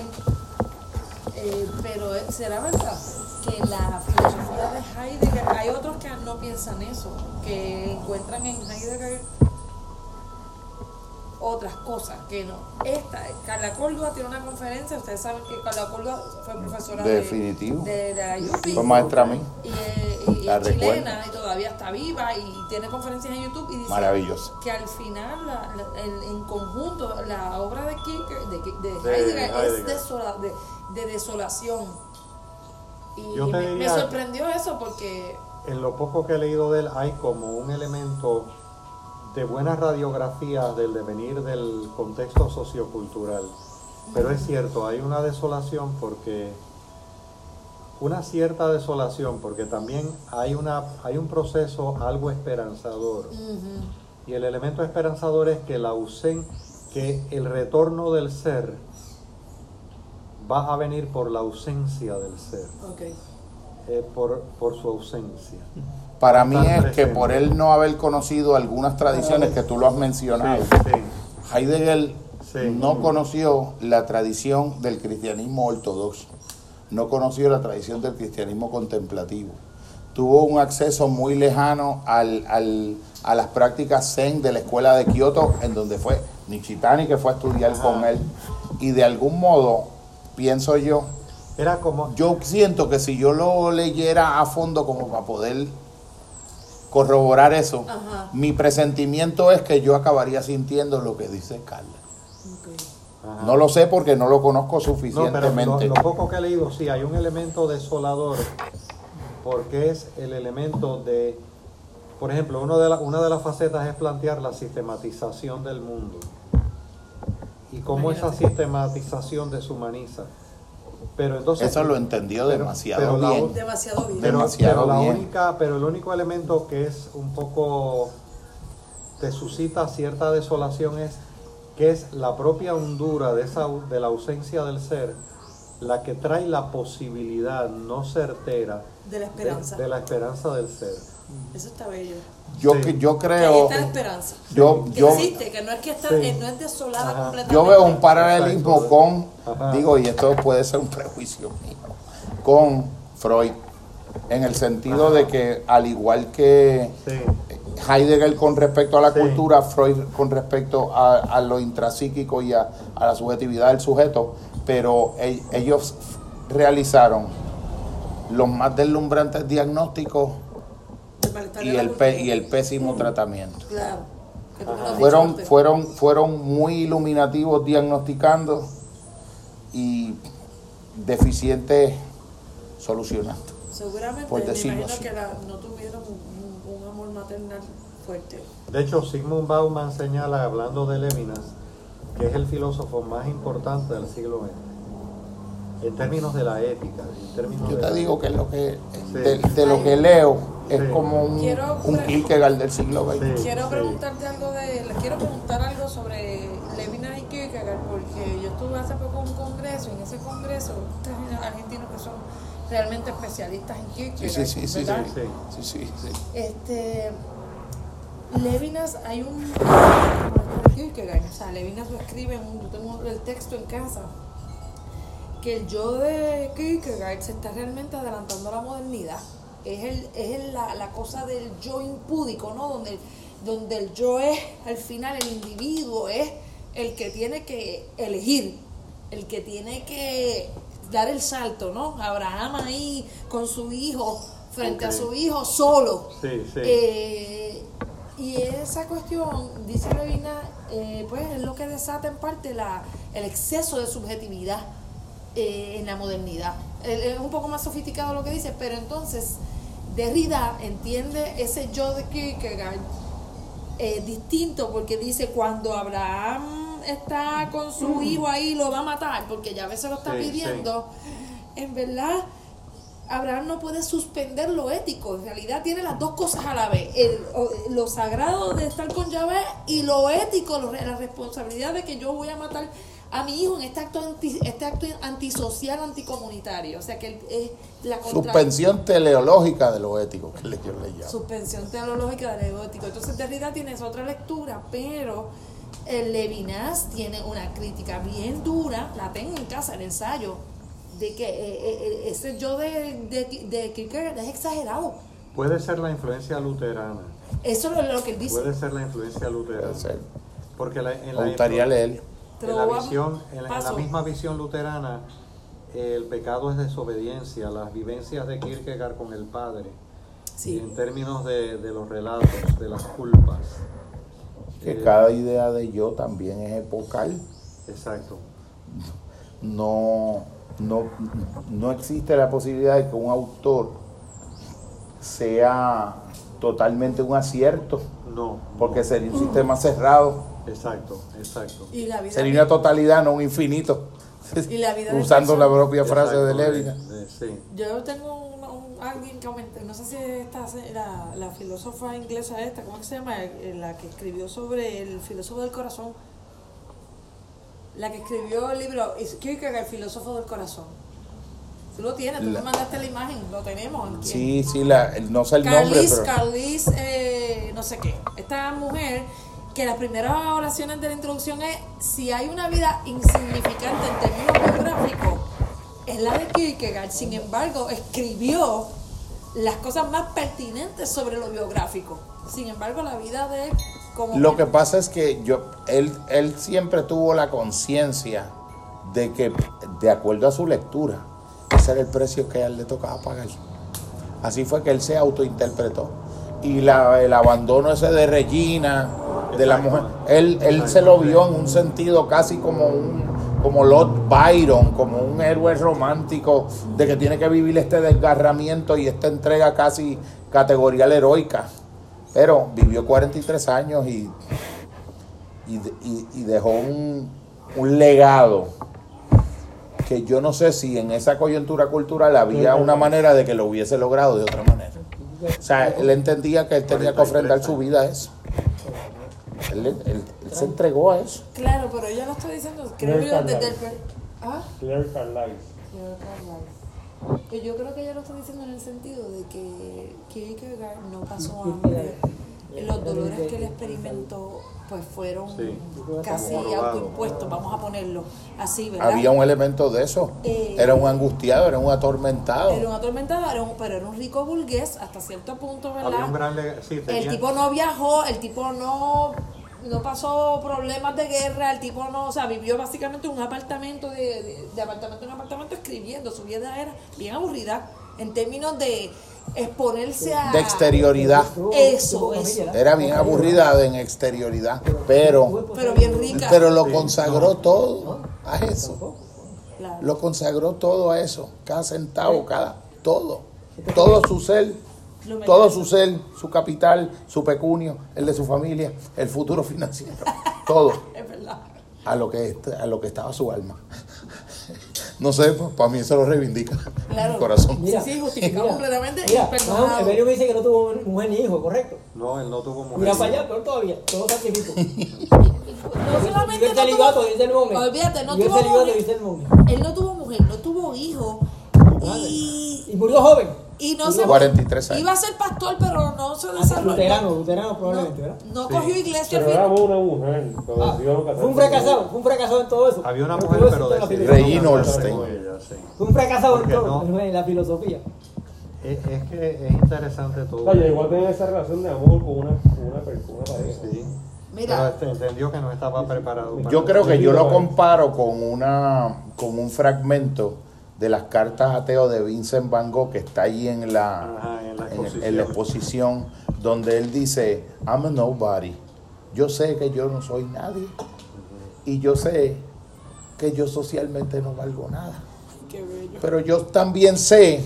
eh, pero será verdad que la filosofía de Heidegger, hay otros que no piensan eso, que encuentran en Heidegger otras cosas que no. Esta, Carla Córdoba tiene una conferencia, ustedes saben que Carla Córdoba fue profesora Definitivo. de, de, de la U P I. Fue maestra a mí. Y, y, y es chilena y todavía está viva y tiene conferencias en YouTube y dice maravilloso. Que al final, la, la, el, en conjunto, la obra de Kierkegaard, de, de, de, de Heidegger, Heidegger es desola, de, de desolación. Y, Yo te me, diría, me sorprendió eso porque... En lo poco que he leído de él hay como un elemento de buena radiografía del devenir del contexto sociocultural. Pero es cierto, hay una desolación porque... Una cierta desolación porque también hay, una, hay un proceso algo esperanzador. Uh-huh. Y el elemento esperanzador es que, la ausen, que el retorno del ser va a venir por la ausencia del ser. Okay. Eh, por, por su ausencia. Para mí es presente. Que por él no haber conocido algunas tradiciones que tú lo has mencionado, sí, sí. Heidegger sí. no conoció la tradición del cristianismo ortodoxo, no conoció la tradición del cristianismo contemplativo, tuvo un acceso muy lejano al, al, a las prácticas zen de la escuela de Kioto, en donde fue Nishitani, que fue a estudiar Ajá. con él. Y de algún modo, pienso yo, Era como... yo siento que si yo lo leyera a fondo como para poder corroborar eso, Ajá. mi presentimiento es que yo acabaría sintiendo lo que dice Carla. Okay. No lo sé porque no lo conozco suficientemente. No, pero lo, lo poco que he leído, sí, hay un elemento desolador, porque es el elemento de, por ejemplo, uno de la, una de las facetas es plantear la sistematización del mundo y cómo Imagínate. esa sistematización deshumaniza. Pero entonces, eso lo entendió pero, demasiado, pero bien. La, demasiado bien. Pero, demasiado pero la bien. única, pero el único elemento que es un poco te suscita cierta desolación es que es la propia hondura de esa de la ausencia del ser la que trae la posibilidad no certera de la esperanza de, de la esperanza del ser. Eso está bello. Yo, sí. yo creo que ahí está la esperanza. Yo, que yo, existe, que no es que está, sí. no es desolada Ajá. completamente. Yo veo un paralelismo Exacto. con, Ajá. digo, y esto puede ser un prejuicio mío, con Freud, en el sentido Ajá. de que al igual que sí. Heidegger con respecto a la sí. cultura, Freud con respecto a, a lo intrapsíquico y a, a la subjetividad del sujeto, pero el, ellos realizaron los más deslumbrantes diagnósticos y el, pe, y el pésimo tratamiento. Claro. Fueron, fueron, fueron muy iluminativos diagnosticando y deficientes solucionando. Seguramente, por me decirlo imagino así. que la, no tuvieron un, un amor maternal fuerte. De hecho, Sigmund Bauman señala, hablando de Levinas, que es el filósofo más importante del siglo veinte. En términos de la ética, en términos yo te de digo que es lo que sí. de, de lo que leo es sí. como un, un Kierkegaard del siglo veinte. Sí. Quiero sí. preguntarte algo de, les quiero preguntar algo sobre Levinas y Kierkegaard, porque yo estuve hace poco en un congreso, y en ese congreso, estos argentinos que son realmente especialistas en Kierkegaard, sí, sí, sí, ¿verdad? sí, sí, sí, sí, sí. Este, Levinas, hay un Kierkegaard, o sea, Levinas lo escribe, en un, yo tengo el texto en casa, que el yo de Kierkegaard se está realmente adelantando a la modernidad. Es, el, es el, la, la cosa del yo impúdico, ¿no? Donde, donde el yo es, al final, el individuo es el que tiene que elegir, el que tiene que dar el salto, ¿no? Abraham ahí con su hijo, frente okay. a su hijo solo. Sí, sí. Eh, y esa cuestión, dice Levinas, eh, pues es lo que desata en parte la, el exceso de subjetividad Eh, en la modernidad. Es un poco más sofisticado lo que dice, pero entonces Derrida entiende ese yo de Kierkegaard eh, distinto, porque dice cuando Abraham está con su mm. hijo ahí lo va a matar porque ya a veces lo está sí, pidiendo sí. En verdad Abraham no puede suspender lo ético, en realidad tiene las dos cosas a la vez, el, lo sagrado de estar con Yahvé y lo ético, la responsabilidad de que yo voy a matar a mi hijo en este acto anti, este acto antisocial, anticomunitario. O sea que es la contra... suspensión teleológica de lo ético, que yo le llamo. Suspensión teleológica de lo ético. Entonces Derrida tiene esa otra lectura, pero el Levinas tiene una crítica bien dura, la tengo en casa, el ensayo, de que eh, ese yo de, de, de Kierkegaard es exagerado. Puede ser la influencia luterana. Eso es lo que él dice. Puede ser la influencia luterana. Puede ser. Porque la, en, Me la, gustaría leer. En la, visión, en, la, en la misma visión luterana, el pecado es desobediencia, las vivencias de Kierkegaard con el padre, sí. en términos de, de los relatos, de las culpas. Que eh, cada idea de yo también es epocal. Exacto. No, no, no existe la posibilidad de que un autor sea totalmente un acierto. No. Porque no. sería un sistema cerrado. Exacto, exacto. Y la vida sería una totalidad, no un infinito. Y la vida usando la propia frase exacto, de Levinas. Eh, sí. Yo tengo un, un, alguien que aumenté, no sé si esta la, la filósofa inglesa esta, ¿cómo se llama? La que escribió sobre el filósofo del corazón. La que escribió el libro Kierkegaard, el filósofo del corazón. Tú lo tienes, tú la, me mandaste la imagen, lo tenemos. Sí, sí, la, no sé el Carlis, nombre, pero... Carlis, eh, no sé qué. Esta mujer... que las primeras oraciones de la introducción es si hay una vida insignificante en términos biográficos, es la de Kierkegaard. Sin embargo, escribió las cosas más pertinentes sobre lo biográfico. Sin embargo, la vida de él, como lo que pasa es que yo él él siempre tuvo la conciencia de que, de acuerdo a su lectura, ese era el precio que a él le tocaba pagar. Así fue que él se autointerpretó. Y la, el abandono ese de Regina, de la mujer, él, él se lo vio en un sentido casi como un como Lord Byron, como un héroe romántico, de que tiene que vivir este desgarramiento y esta entrega casi categorial heroica. Pero vivió cuarenta y tres años y, y, y, y dejó un, un legado que yo no sé si en esa coyuntura cultural había una manera de que lo hubiese logrado de otra manera. O sea, él entendía que él tenía que ofrendar su vida a eso. Él, él, él se entregó a eso. Claro, pero ella lo está diciendo, creo yo, desde el... ¿Ah? Claire Carlisle. Claire Carlisle. Pero yo creo que ella lo está diciendo en el sentido de que Kierkegaard no pasó hambre. Los dolores que él experimentó pues fueron sí, casi autoimpuestos, vamos a ponerlo así, ¿verdad? Había un elemento de eso. Eh, era un angustiado, era un atormentado. Era un atormentado, era un, pero era un rico burgués hasta cierto punto, ¿verdad? Había un gran leg- sí, tenía... El tipo no viajó, el tipo no, no pasó problemas de guerra, el tipo no, o sea, vivió básicamente en un apartamento, de, de, de apartamento en apartamento escribiendo. Su vida era bien aburrida en términos de exponerse a... de exterioridad. Eso, eso. Era bien aburrida en exterioridad, pero... Pero bien rica. Pero lo consagró todo a eso. Claro. Lo consagró todo a eso. Cada centavo, cada... Todo. Todo su ser. Todo su ser, su capital, su pecunio, el de su familia, el futuro financiero. Todo. Es verdad. A lo que, a lo que estaba su alma. No sé, pues, para mí eso lo reivindica. Claro. Mi corazón. Mira, sí, sí, justificamos completamente. Mira, no, Evelio me dice que no tuvo mujer ni hijo, ¿correcto? No, él no tuvo mujer. Mira para allá, pero todavía, todo sacrificio. No solamente no celibato, tuvo, dice el monje. olvídate, no Vive tuvo celibato, mujer. dice el monje. Él no tuvo mujer, no tuvo hijo. Y, y murió joven. Y no se cuarenta y tres años. Iba a ser pastor, pero no se desarrolló. Luterano, luterano probablemente, no, ¿verdad? no sí. cogió iglesia. Pero era una mujer. Ah, fue un fracasado, fue un fracasado en todo eso. Había una No mujer, tuvo pero éxito en la decidió filosofía. Regina Olstein. ella, sí. Fue un fracasado en Porque todo, no- en la filosofía. Es, es que es interesante todo. O sea, llegó a tener esa relación de amor con una, con una, con una pareja. Sí. Mira. Pero este, entendió que no estaba preparado. para Yo creo que yo lo Bueno. comparo con una con un fragmento de las cartas a Teo de Vincent Van Gogh que está ahí en la, Ajá, en la en, exposición. en la exposición, donde él dice, I'm a nobody. Yo sé que yo no soy nadie y yo sé que yo socialmente no valgo nada. Qué bello. Pero yo también sé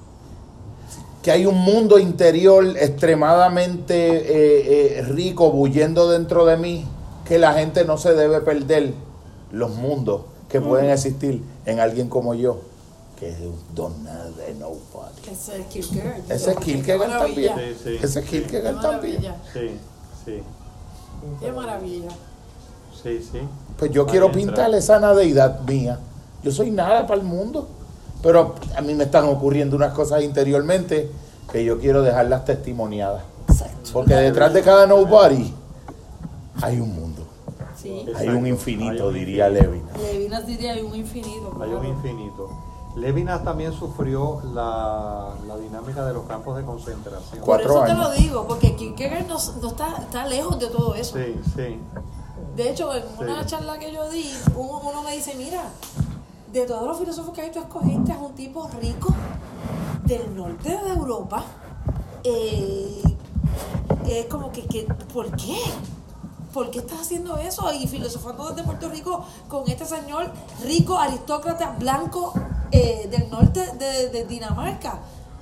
que hay un mundo interior extremadamente eh, eh, rico bullendo dentro de mí, que la gente no se debe perder los mundos que pueden existir en alguien como yo, que es un don nada de nobody. Ese es Kierkegaard. Ese es Kierkegaard Qué maravilla. también. Sí, sí. Ese es Qué Kierkegaard también. maravilla. Sí, sí, Qué maravilla. sí, sí. Pues yo Ahí quiero entra. pintarle esa nadeidad mía. Yo soy nada para el mundo, pero a mí me están ocurriendo unas cosas interiormente que yo quiero dejarlas testimoniadas. Exacto. Porque detrás de cada nobody hay un mundo. Sí. Hay Exacto. un infinito, Hay un diría infinito. Levinas. Levinas diría hay un infinito. Hay un claro. infinito. Levinas también sufrió la, la dinámica de los campos de concentración. Por Cuatro eso te años. lo digo, porque Kierkegaard no, no está, está lejos de todo eso. Sí, sí. De hecho, en una Sí. charla que yo di, uno, uno me dice, mira, de todos los filósofos que hay, tú escogiste a un tipo rico del norte de Europa. Eh, es como que, que, ¿por qué? ¿Por qué estás haciendo eso? Y filosofando desde Puerto Rico con este señor rico, aristócrata, blanco, eh, del norte de, de Dinamarca.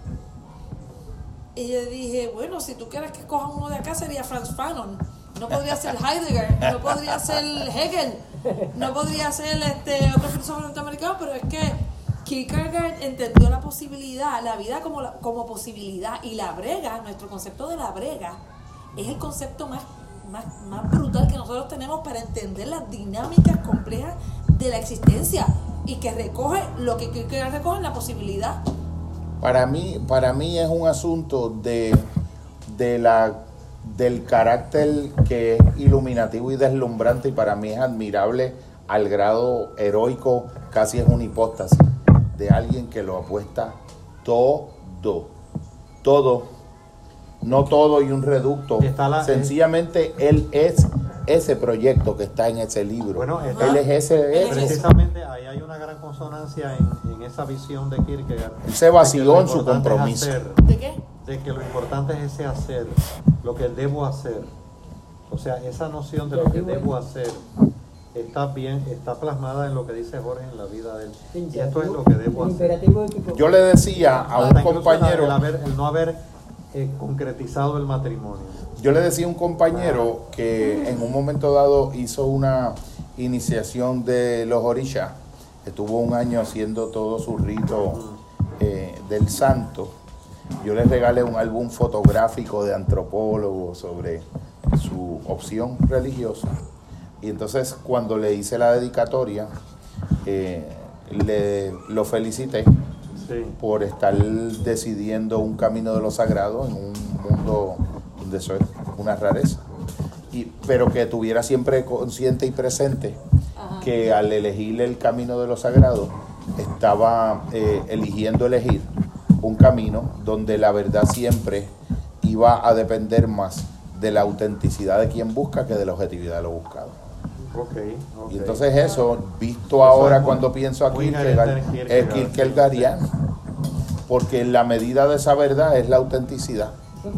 Y yo dije, bueno, si tú quieres que escoja uno de acá sería Franz Fanon. No podría ser Heidegger, no podría ser Hegel, no podría ser este otro filósofo norteamericano, pero es que Kierkegaard entendió la posibilidad, la vida como, la, como posibilidad, y la brega, nuestro concepto de la brega, es el concepto más, más, más brutal que nosotros tenemos para entender las dinámicas complejas de la existencia, y que recoge lo que Kierkegaard recoge en la posibilidad. Para mí, para mí es un asunto de, de la, del carácter que es iluminativo y deslumbrante, y para mí es admirable al grado heroico, casi es una hipóstasis, de alguien que lo apuesta todo todo, no todo y un reducto. La, Sencillamente eh, él es ese proyecto que está en ese libro. Bueno, está, él es ese. Es precisamente ahí hay una gran consonancia en, en esa visión de Kierkegaard. Él se vació en su compromiso. Hacer, ¿De qué? De que lo importante es ese hacer, lo que debo hacer. O sea, esa noción de lo que debo hacer está bien, está plasmada en lo que dice Jorge en la vida de él. Y esto es lo que debo hacer. Yo le decía a un compañero, el, haber, el no haber eh, concretizado el matrimonio. Yo le decía a un compañero que en un momento dado hizo una iniciación de los orishas, estuvo un año haciendo todo su rito eh, del santo. Yo le regalé un álbum fotográfico de antropólogo sobre su opción religiosa. Y entonces cuando le hice la dedicatoria, eh, le lo felicité sí. por estar decidiendo un camino de lo sagrado en un mundo donde eso es una rareza. Y, pero que tuviera siempre consciente y presente Ajá. que al elegir el camino de lo sagrado, estaba eh, eligiendo elegir un camino donde la verdad siempre iba a depender más de la autenticidad de quien busca que de la objetividad de lo buscado. Okay, okay. Y entonces eso, visto ahora cuando pienso a Kierkegaard, es Kierkegaardiano, porque la medida de esa verdad es la autenticidad.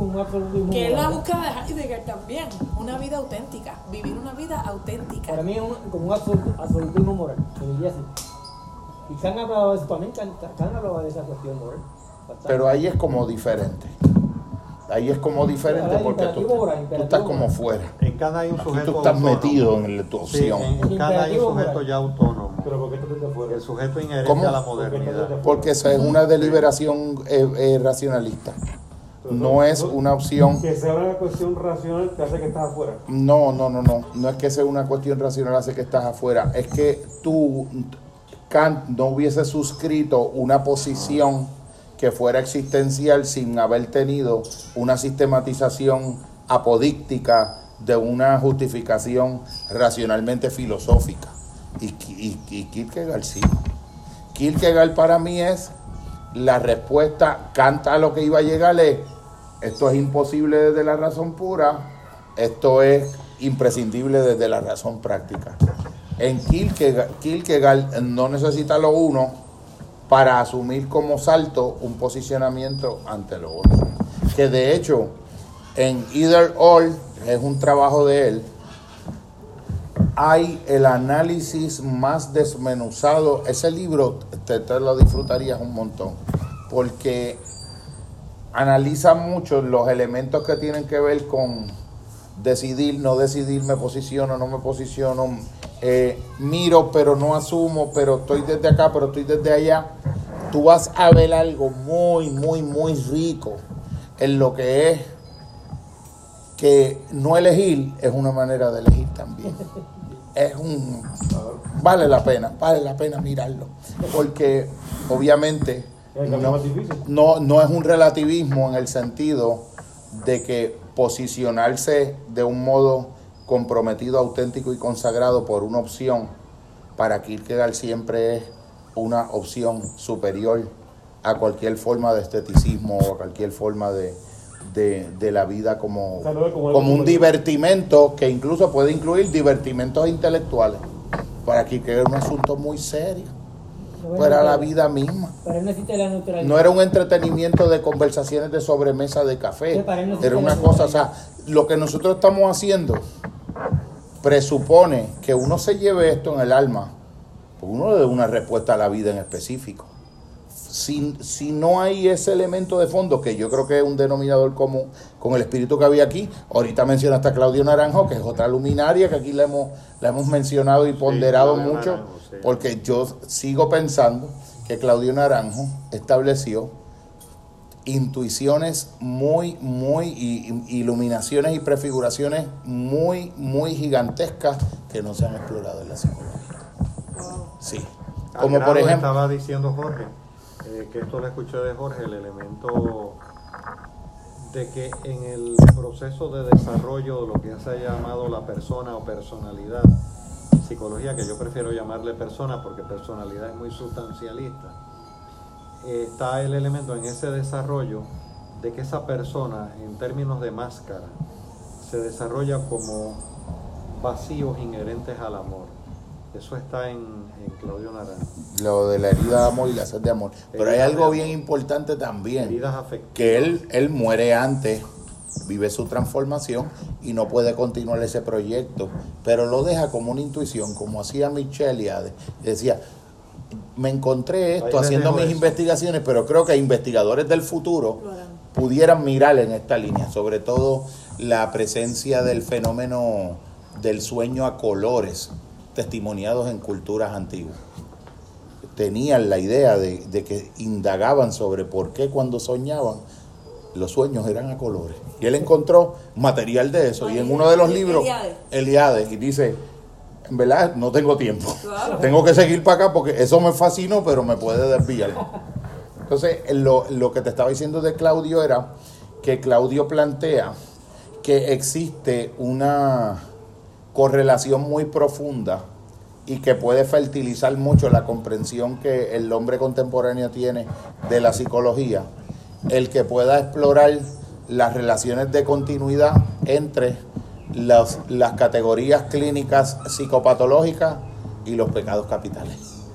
Que es la búsqueda de Heidegger también, una vida auténtica, vivir una vida auténtica. Para mí es un, como un absolutismo moral, se diría así. Y Kant hablaba de eso también, Kant hablaba de esa cuestión moral. Pero ahí es como diferente. Ahí es como diferente porque tú, tú estás como fuera. En cada hay un sujeto Aquí tú estás autónomo. Metido en tu opción. Sí, en, en cada hay un sujeto ya autónomo. ¿Pero por qué tú estás fuera? El sujeto inherente ¿Cómo? A la modernidad. Porque esa es una deliberación eh, eh, racionalista. No es una opción. Que sea una cuestión racional te hace que estás afuera. No, no, no, no. No es que sea una cuestión racional hace que estás afuera. Es que tú, Kant, no hubiese suscrito una posición que fuera existencial sin haber tenido una sistematización apodíctica de una justificación racionalmente filosófica. Y, y, y Kierkegaard sí. Kierkegaard para mí es la respuesta. Kant a lo que iba a llegar es: esto es imposible desde la razón pura, esto es imprescindible desde la razón práctica. En Kierkegaard, Kierkegaard no necesita lo uno para asumir como salto un posicionamiento ante lo otro. Que de hecho, en Either Or, es un trabajo de él, hay el análisis más desmenuzado. Ese libro te, te lo disfrutarías un montón, porque analiza mucho los elementos que tienen que ver con decidir, no decidir, me posiciono, no me posiciono, eh, miro pero no asumo, pero estoy desde acá, pero estoy desde allá. Tú vas a ver algo muy, muy, muy rico en lo que es que no elegir es una manera de elegir también. Es un... Vale la pena, vale la pena mirarlo, porque obviamente no, no, no es un relativismo en el sentido de que posicionarse de un modo comprometido, auténtico y consagrado por una opción, para Kierkegaard siempre es una opción superior a cualquier forma de esteticismo o a cualquier forma de, de, de la vida como, como un divertimento que incluso puede incluir divertimentos intelectuales. Para Kierkegaard es un asunto muy serio. No era la vida misma. Para él no existe la neutralidad. No era un entretenimiento de conversaciones de sobremesa de café. No era una cosa, o sea, lo que nosotros estamos haciendo presupone que uno se lleve esto en el alma, porque uno le dé una respuesta a la vida en específico. Si, si no hay ese elemento de fondo, que yo creo que es un denominador común con el espíritu que había aquí. Ahorita mencionaste a Claudio Naranjo, que es otra luminaria que aquí le hemos, le hemos mencionado y ponderado sí, mucho, Naranjo, sí. Porque yo sigo pensando que Claudio Naranjo estableció intuiciones muy, muy, y, y, iluminaciones y prefiguraciones muy, muy gigantescas que no se han explorado en la psicología. Sí. Como por ejemplo... Estaba diciendo Jorge, eh, que esto lo escuché de Jorge, el elemento de que en el proceso de desarrollo de lo que se ha llamado la persona o personalidad, psicología, que yo prefiero llamarle persona porque personalidad es muy sustancialista, eh, está el elemento en ese desarrollo de que esa persona, en términos de máscara, se desarrolla como vacíos inherentes al amor. Eso está en, en Claudio Naranjo. Lo de la herida de amor y la sed de amor. Pero hay algo bien importante también, heridas afectivas, que él, él muere antes, vive su transformación y no puede continuar ese proyecto, pero lo deja como una intuición, como hacía Michel Eliade. Decía, me encontré esto haciendo mis eso. investigaciones, pero creo que investigadores del futuro pudieran mirar en esta línea, sobre todo la presencia del fenómeno del sueño a colores, testimoniados en culturas antiguas. Tenían la idea de, de que indagaban sobre por qué cuando soñaban los sueños eran a colores. Y él encontró material de eso. Y en uno de los libros, Eliade, y dice, en verdad no tengo tiempo. Claro. Tengo que seguir para acá porque eso me fascinó, pero me puede desviar. Entonces, lo, lo que te estaba diciendo de Claudio era que Claudio plantea que existe una correlación muy profunda y que puede fertilizar mucho la comprensión que el hombre contemporáneo tiene de la psicología, el que pueda explorar las relaciones de continuidad entre las, las categorías clínicas psicopatológicas y los pecados capitales.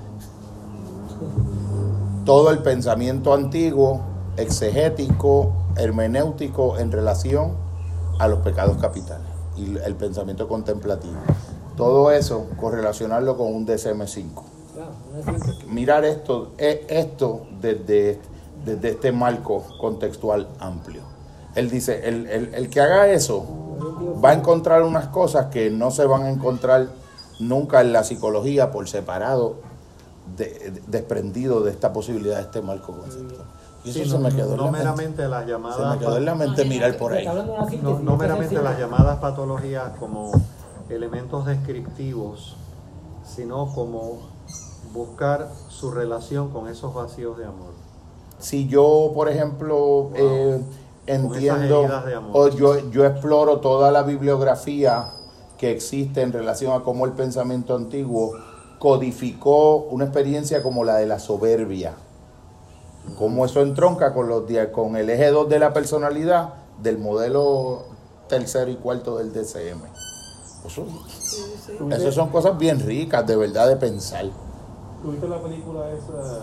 Todo el pensamiento antiguo, exegético, hermenéutico en relación a los pecados capitales y el pensamiento contemplativo. Todo eso, correlacionarlo con un D S M cinco. Mirar esto, esto desde, desde este marco contextual amplio. Él dice, el, el, el que haga eso va a encontrar unas cosas que no se van a encontrar nunca en la psicología por separado, de, de, desprendido de esta posibilidad de este marco conceptual. Y eso sí, se no, me quedó no en la meramente mente. las llamadas se me quedó en la mente mirar por ahí. No, no meramente las llamadas patologías como elementos descriptivos, sino como buscar su relación con esos vacíos de amor. Si yo, por ejemplo, wow. eh, entiendo o yo, yo exploro toda la bibliografía que existe en relación a cómo el pensamiento antiguo codificó una experiencia como la de la soberbia, cómo eso entronca con, los, con el eje dos de la personalidad del modelo tercero y cuarto del D S M. Eso, sí, sí. Eso son cosas bien ricas, de verdad, de pensar. ¿Tuviste la película esa,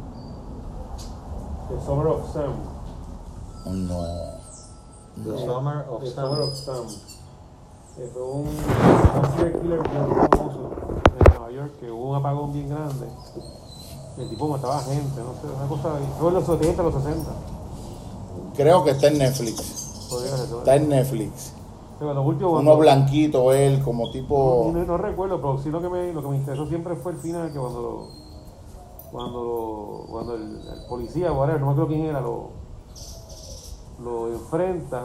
The Summer of Sam? No. The no. Summer of The Sam. Summer of Sam. Fue un, un serial killer muy famoso en Nueva York, que hubo un apagón bien grande. El tipo mataba gente, no sé, una cosa. Fue en los setenta, los sesenta. Creo que está en Netflix. Está en Netflix. Pero último, uno cuando, blanquito él, como tipo... No, no, no recuerdo, pero sí lo que me lo que me interesó siempre fue el final, que cuando cuando cuando el, el policía, whatever, no me acuerdo quién era, lo, lo enfrenta,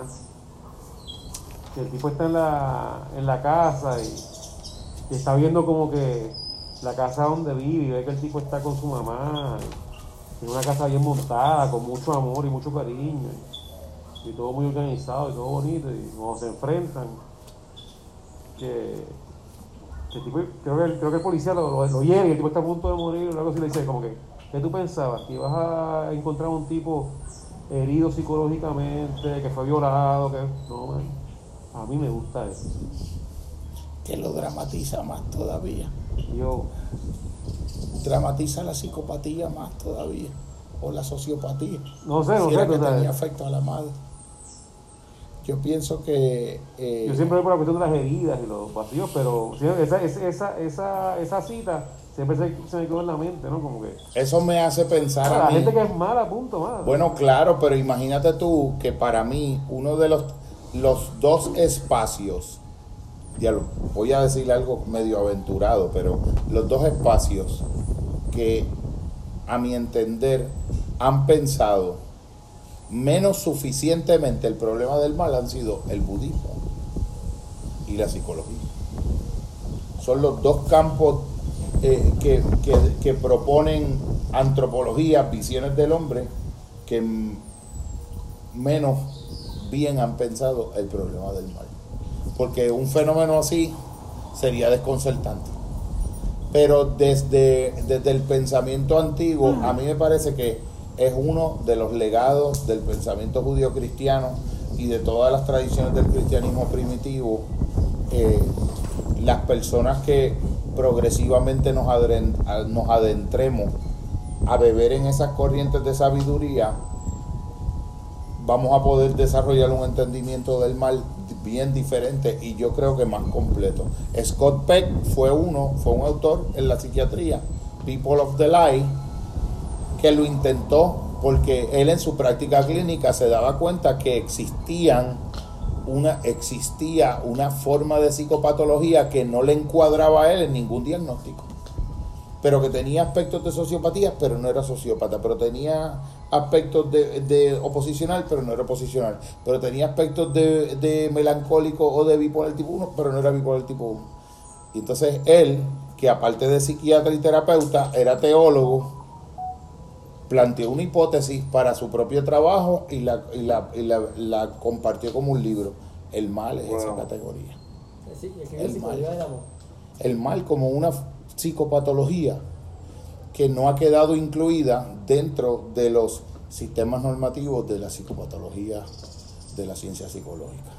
que el tipo está en la, en la casa y, y está viendo como que la casa donde vive, y ve que el tipo está con su mamá, en una casa bien montada, con mucho amor y mucho cariño. Y, y todo muy organizado y todo bonito, y cuando se enfrentan, que, que el tipo, creo, que el, creo que el policía lo, lo, lo hiere y el tipo está a punto de morir, o algo así, le dice como que, ¿qué tú pensabas? ¿Que ibas a encontrar un tipo herido psicológicamente, que fue violado? Que no, man, a mí me gusta eso. Que lo dramatiza más todavía. Yo. Dramatiza la psicopatía más todavía, o la sociopatía. No sé, no si sé. Que tenía sabes. Afecto a la madre. Yo pienso que... Eh, yo siempre voy por la cuestión de las heridas y los vacíos, pero esa, esa, esa, esa cita siempre se, se me quedó en la mente, ¿no? Como que... Eso me hace pensar a, a la mí... gente que es mala, punto, más. Bueno, claro, pero imagínate tú que para mí uno de los, los dos espacios, ya lo, voy a decir algo medio aventurado, pero los dos espacios que a mi entender han pensado menos suficientemente el problema del mal han sido el budismo y la psicología. Son los dos campos eh, que, que, que proponen antropología, visiones del hombre, que m- menos bien han pensado el problema del mal. Porque un fenómeno así sería desconcertante. Pero desde, desde el pensamiento antiguo, a mí me parece que es uno de los legados del pensamiento judío-cristiano y de todas las tradiciones del cristianismo primitivo. Eh, las personas que progresivamente nos, adren, nos adentremos a beber en esas corrientes de sabiduría, vamos a poder desarrollar un entendimiento del mal bien diferente y yo creo que más completo. Scott Peck fue uno, fue un autor en la psiquiatría, People of the Lie, que lo intentó porque él en su práctica clínica se daba cuenta que existían una, existía una forma de psicopatología que no le encuadraba a él en ningún diagnóstico, pero que tenía aspectos de sociopatía, pero no era sociópata, pero tenía aspectos de, de oposicional, pero no era oposicional, pero tenía aspectos de, de melancólico o de bipolar tipo uno, pero no era bipolar tipo uno. Y entonces él, que aparte de psiquiatra y terapeuta, era teólogo, planteó una hipótesis para su propio trabajo y la, y la, y la, la compartió como un libro. El mal es wow. esa categoría. Sí, el, mal. el mal como una psicopatología que no ha quedado incluida dentro de los sistemas normativos de la psicopatología de la ciencia psicológica.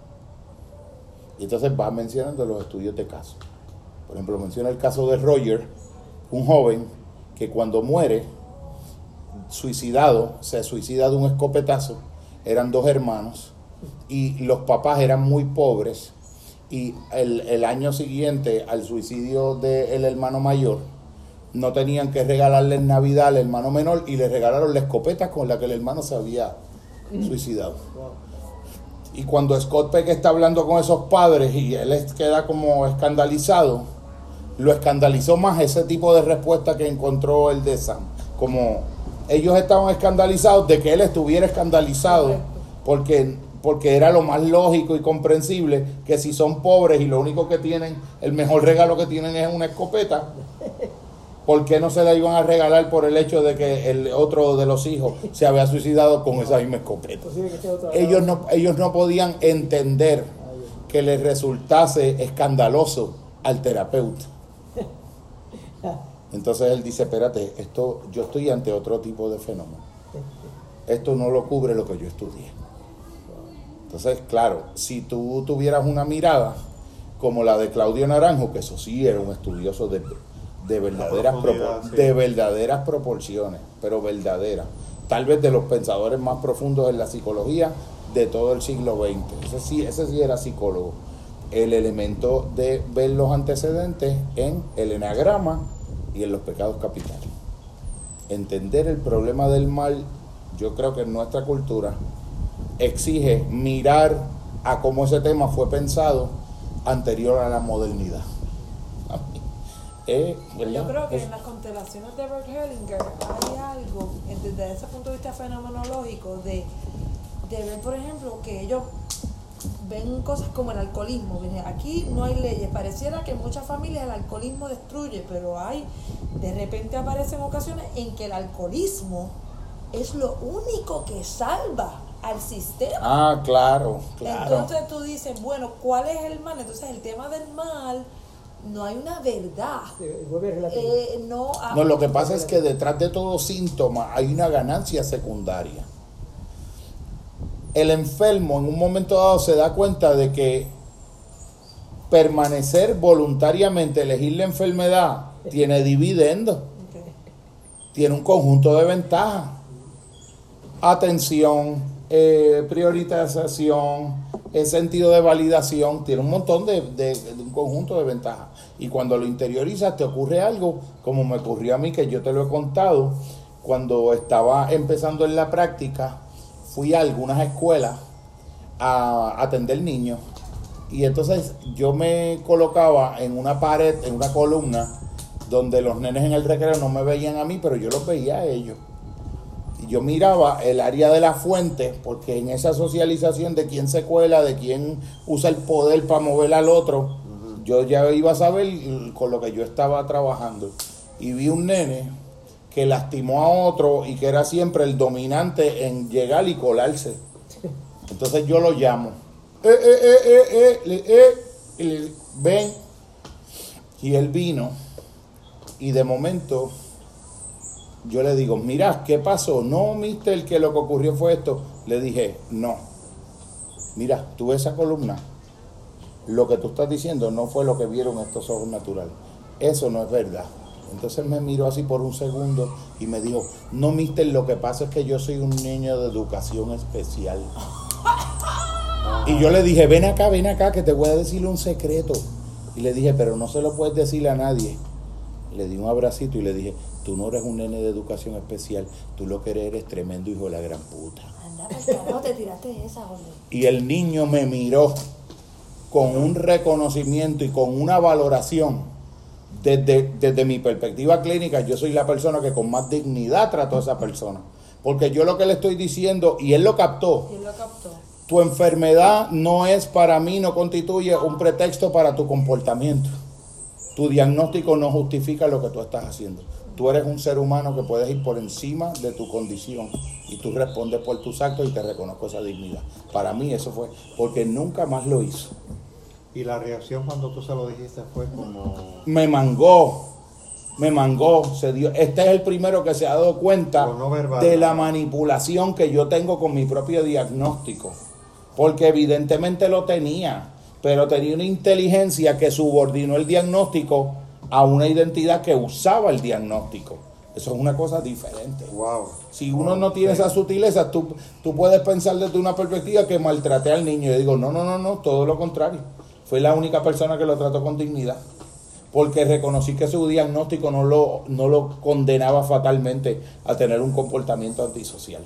Y entonces va mencionando los estudios de caso. Por ejemplo, menciona el caso de Roger, un joven que cuando muere, suicidado, se suicida de un escopetazo, eran dos hermanos, y los papás eran muy pobres, y el, el año siguiente al suicidio del hermano mayor, no tenían que regalarle en Navidad al hermano menor y le regalaron la escopeta con la que el hermano se había suicidado. Y cuando Scott Peck está hablando con esos padres y él queda como escandalizado, lo escandalizó más ese tipo de respuesta que encontró el de Sam. Como ellos estaban escandalizados de que él estuviera escandalizado porque, porque era lo más lógico y comprensible que si son pobres y lo único que tienen, el mejor regalo que tienen es una escopeta, ¿por qué no se la iban a regalar por el hecho de que el otro de los hijos se había suicidado con esa misma escopeta? Ellos no, ellos no podían entender que les resultase escandaloso al terapeuta. Entonces él dice, espérate, esto, yo estoy ante otro tipo de fenómeno. Esto no lo cubre lo que yo estudié. Entonces, claro, si tú tuvieras una mirada como la de Claudio Naranjo, que eso sí era un estudioso de... de verdaderas, propor- sí. de verdaderas proporciones, pero verdaderas, tal vez de los pensadores más profundos en la psicología de todo el siglo veinte. Ese sí, ese sí era psicólogo. El elemento de ver los antecedentes en el enagrama y en los pecados capitales. Entender el problema del mal, yo creo que en nuestra cultura exige mirar a cómo ese tema fue pensado anterior a la modernidad. Eh, Yo creo que en las constelaciones de Bert Hellinger hay algo, desde ese punto de vista fenomenológico, de, de ver, por ejemplo, que ellos ven cosas como el alcoholismo. Aquí no hay leyes, pareciera que en muchas familias el alcoholismo destruye, pero hay, de repente aparecen ocasiones en que el alcoholismo es lo único que salva al sistema. Ah, claro, claro. Entonces tú dices, bueno, ¿cuál es el mal? Entonces el tema del mal... No hay una verdad. Eh, no, no, lo que pasa es que detrás de todo síntoma hay una ganancia secundaria. El enfermo en un momento dado se da cuenta de que permanecer voluntariamente, elegir la enfermedad, tiene dividendo. Okay. Tiene un conjunto de ventajas. Atención, eh, priorización, el sentido de validación, tiene un montón de, de, de un conjunto de ventajas. Y cuando lo interiorizas te ocurre algo, como me ocurrió a mí, que yo te lo he contado, cuando estaba empezando en la práctica, fui a algunas escuelas a atender niños, y entonces yo me colocaba en una pared, en una columna, donde los nenes en el recreo no me veían a mí, pero yo los veía a ellos. Yo miraba el área de la fuente, porque en esa socialización de quién se cuela, de quién usa el poder para mover al otro, uh-huh. yo ya iba a saber con lo que yo estaba trabajando. Y vi un nene que lastimó a otro y que era siempre el dominante en llegar y colarse. Entonces yo lo llamo. Eh, eh, eh, eh, eh, eh, eh, y le, ven. Y él vino y de momento yo le digo, mira, ¿qué pasó? No, mister, que lo que ocurrió fue esto. Le dije, no. Mira, tú ves esa columna. Lo que tú estás diciendo no fue lo que vieron estos ojos naturales. Eso no es verdad. Entonces me miró así por un segundo y me dijo, no, mister, lo que pasa es que yo soy un niño de educación especial. Y yo le dije, ven acá, ven acá, que te voy a decir un secreto. Y le dije, pero no se lo puedes decir a nadie. Le di un abracito y le dije, tú no eres un nene de educación especial, tú lo que eres eres tremendo hijo de la gran puta. Anda, pues, no te tiraste esa, Jorge. Y el niño me miró con un reconocimiento y con una valoración. Desde, desde mi perspectiva clínica, yo soy la persona que con más dignidad trato a esa persona. Porque yo lo que le estoy diciendo, y él lo captó, ¿Quién lo captó? tu enfermedad no es para mí, no constituye un pretexto para tu comportamiento. Tu diagnóstico no justifica lo que tú estás haciendo. Tú eres un ser humano que puedes ir por encima de tu condición y tú respondes por tus actos y te reconozco esa dignidad. Para mí eso fue, porque nunca más lo hizo. Y la reacción cuando tú se lo dijiste fue como... Me mangó, me mangó, se dio. Este es el primero que se ha dado cuenta no verbal, de la manipulación que yo tengo con mi propio diagnóstico. Porque evidentemente lo tenía, pero tenía una inteligencia que subordinó el diagnóstico a una identidad que usaba el diagnóstico. Eso es una cosa diferente. Wow. Si uno no tiene esa sutileza, tú, tú puedes pensar desde una perspectiva que maltraté al niño. Yo digo, no, no, no, no, todo lo contrario. Fue la única persona que lo trató con dignidad. Porque reconocí que su diagnóstico no lo, no lo condenaba fatalmente a tener un comportamiento antisocial.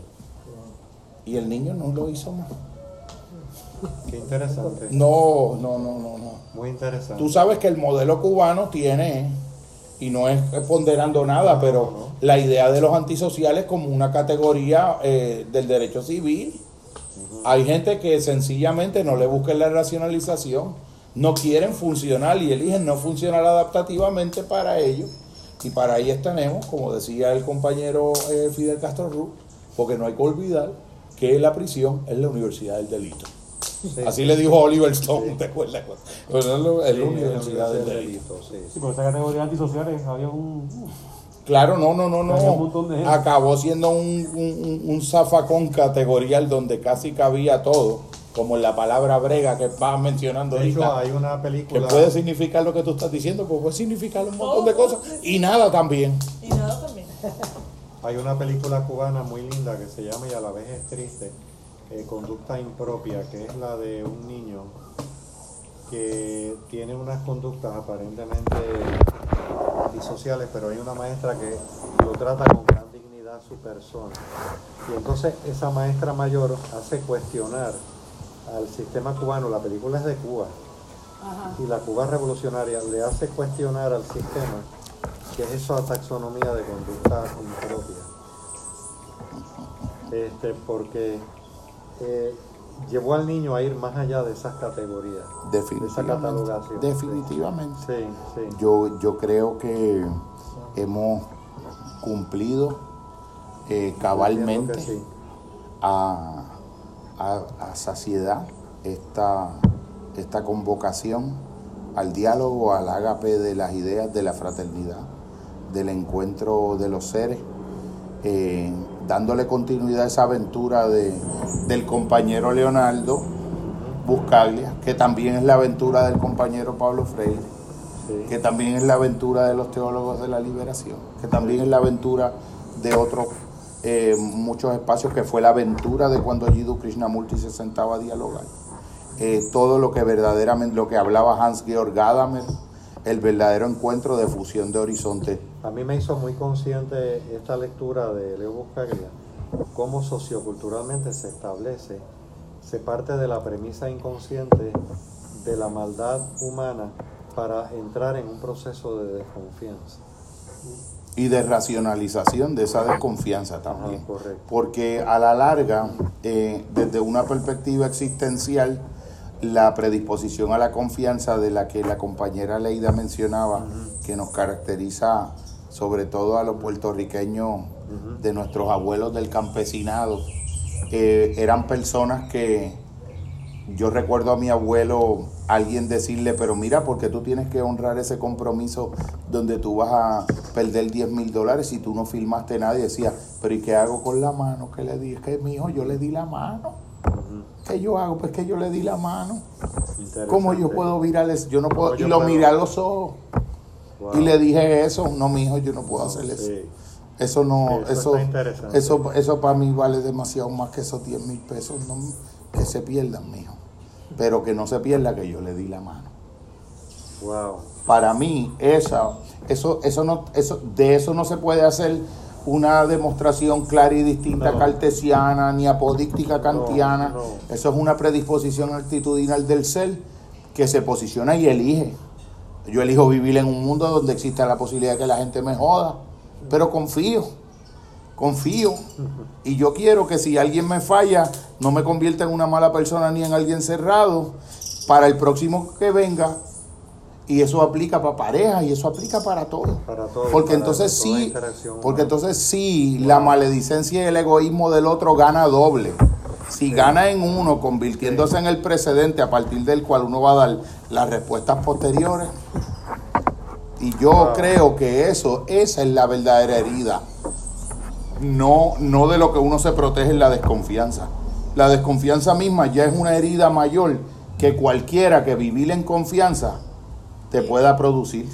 Y el niño no lo hizo más. Qué interesante. No, no, no, no, no. Muy interesante. Tú sabes que el modelo cubano tiene, y no es ponderando nada, pero no, no. la idea de los antisociales como una categoría eh, del derecho civil. Uh-huh. Hay gente que sencillamente no le busca la racionalización, no quieren funcionar y eligen no funcionar adaptativamente para ellos. Y para ellos tenemos, como decía el compañero eh, Fidel Castro Ruz, porque no hay que olvidar que la prisión es la universidad del delito. Sí, así sí, le dijo Oliver Stone, sí. ¿Te acuerdas? Es la, sí, la universidad del delito. Sí, sí, pero esa categoría antisociales había un... Claro, no, no, no, no. Un montón de gente. Acabó siendo un, un, un zafacón categorial donde casi cabía todo, como en la palabra brega que vas mencionando de hecho, ahorita, hay una película que puede significar lo que tú estás diciendo, pues puede significar un montón oh, de cosas y nada también. Y nada también. Hay una película cubana muy linda que se llama Y a la vez es triste, eh, Conducta Impropia, que es la de un niño que tiene unas conductas aparentemente antisociales, pero hay una maestra que lo trata con gran dignidad su persona. Y entonces esa maestra mayor hace cuestionar al sistema cubano, la película es de Cuba, ajá, y la Cuba revolucionaria le hace cuestionar al sistema que es esa taxonomía de conducta impropia. Este, porque eh, llevó al niño a ir más allá de esas categorías, de esa catalogación. Definitivamente. Sí, sí. Yo, yo creo que hemos cumplido eh, cabalmente sí. a, a, a saciedad esta, esta convocación al diálogo, al ágape de las ideas, de la fraternidad, del encuentro de los seres, eh, dándole continuidad a esa aventura de, del compañero Leonardo Buscaglia, que también es la aventura del compañero Pablo Freire, sí, que también es la aventura de los teólogos de la liberación, que también es la aventura de otros eh, muchos espacios, que fue la aventura de cuando Jiddu Krishnamurti se sentaba a dialogar. Eh, todo lo que verdaderamente, lo que hablaba Hans-Georg Gadamer, el verdadero encuentro de fusión de horizontes. A mí me hizo muy consciente esta lectura de Leo Buscaglia, cómo socioculturalmente se establece, se parte de la premisa inconsciente de la maldad humana para entrar en un proceso de desconfianza. Y de racionalización de esa desconfianza también. Ajá, correcto. Porque a la larga, eh, desde una perspectiva existencial, la predisposición a la confianza de la que la compañera Leida mencionaba, uh-huh, que nos caracteriza sobre todo a los puertorriqueños, uh-huh, de nuestros abuelos del campesinado, eh, eran personas que yo recuerdo a mi abuelo, alguien decirle, pero mira, porque tú tienes que honrar ese compromiso donde tú vas a perder diez mil dólares si tú no filmaste nada. Y decía, pero ¿y qué hago con la mano que le di? Es que, mijo, yo le di la mano. ¿Qué yo hago? Pues que yo le di la mano. ¿Cómo yo puedo virarles? Yo no puedo. No, yo y lo puedo. Miré a los ojos. Wow. Y le dije eso. No, mijo, yo no puedo hacer eso. Sí. Eso no, sí, eso, eso, eso, eso para mí vale demasiado más que esos diez mil pesos. No, que se pierdan, mijo. Pero que no se pierda que yo le di la mano. Wow. Para mí, esa, eso, eso no, eso, de eso no se puede hacer una demostración clara y distinta no. cartesiana ni apodíctica kantiana. No, no. Eso es una predisposición actitudinal del ser que se posiciona y elige. Yo elijo vivir en un mundo donde exista la posibilidad de que la gente me joda, pero confío, confío. Y yo quiero que si alguien me falla, no me convierta en una mala persona ni en alguien cerrado para el próximo que venga. Y eso aplica para pareja y eso aplica para todo. Para todo porque para entonces sí, porque entonces sí, wow. la maledicencia y el egoísmo del otro gana doble. Si sí. gana en uno, convirtiéndose sí. en el precedente a partir del cual uno va a dar las respuestas posteriores. Y yo wow. creo que eso, esa es la verdadera herida. No, no de lo que uno se protege en la desconfianza. La desconfianza misma ya es una herida mayor que cualquiera que vivir en confianza te pueda producir.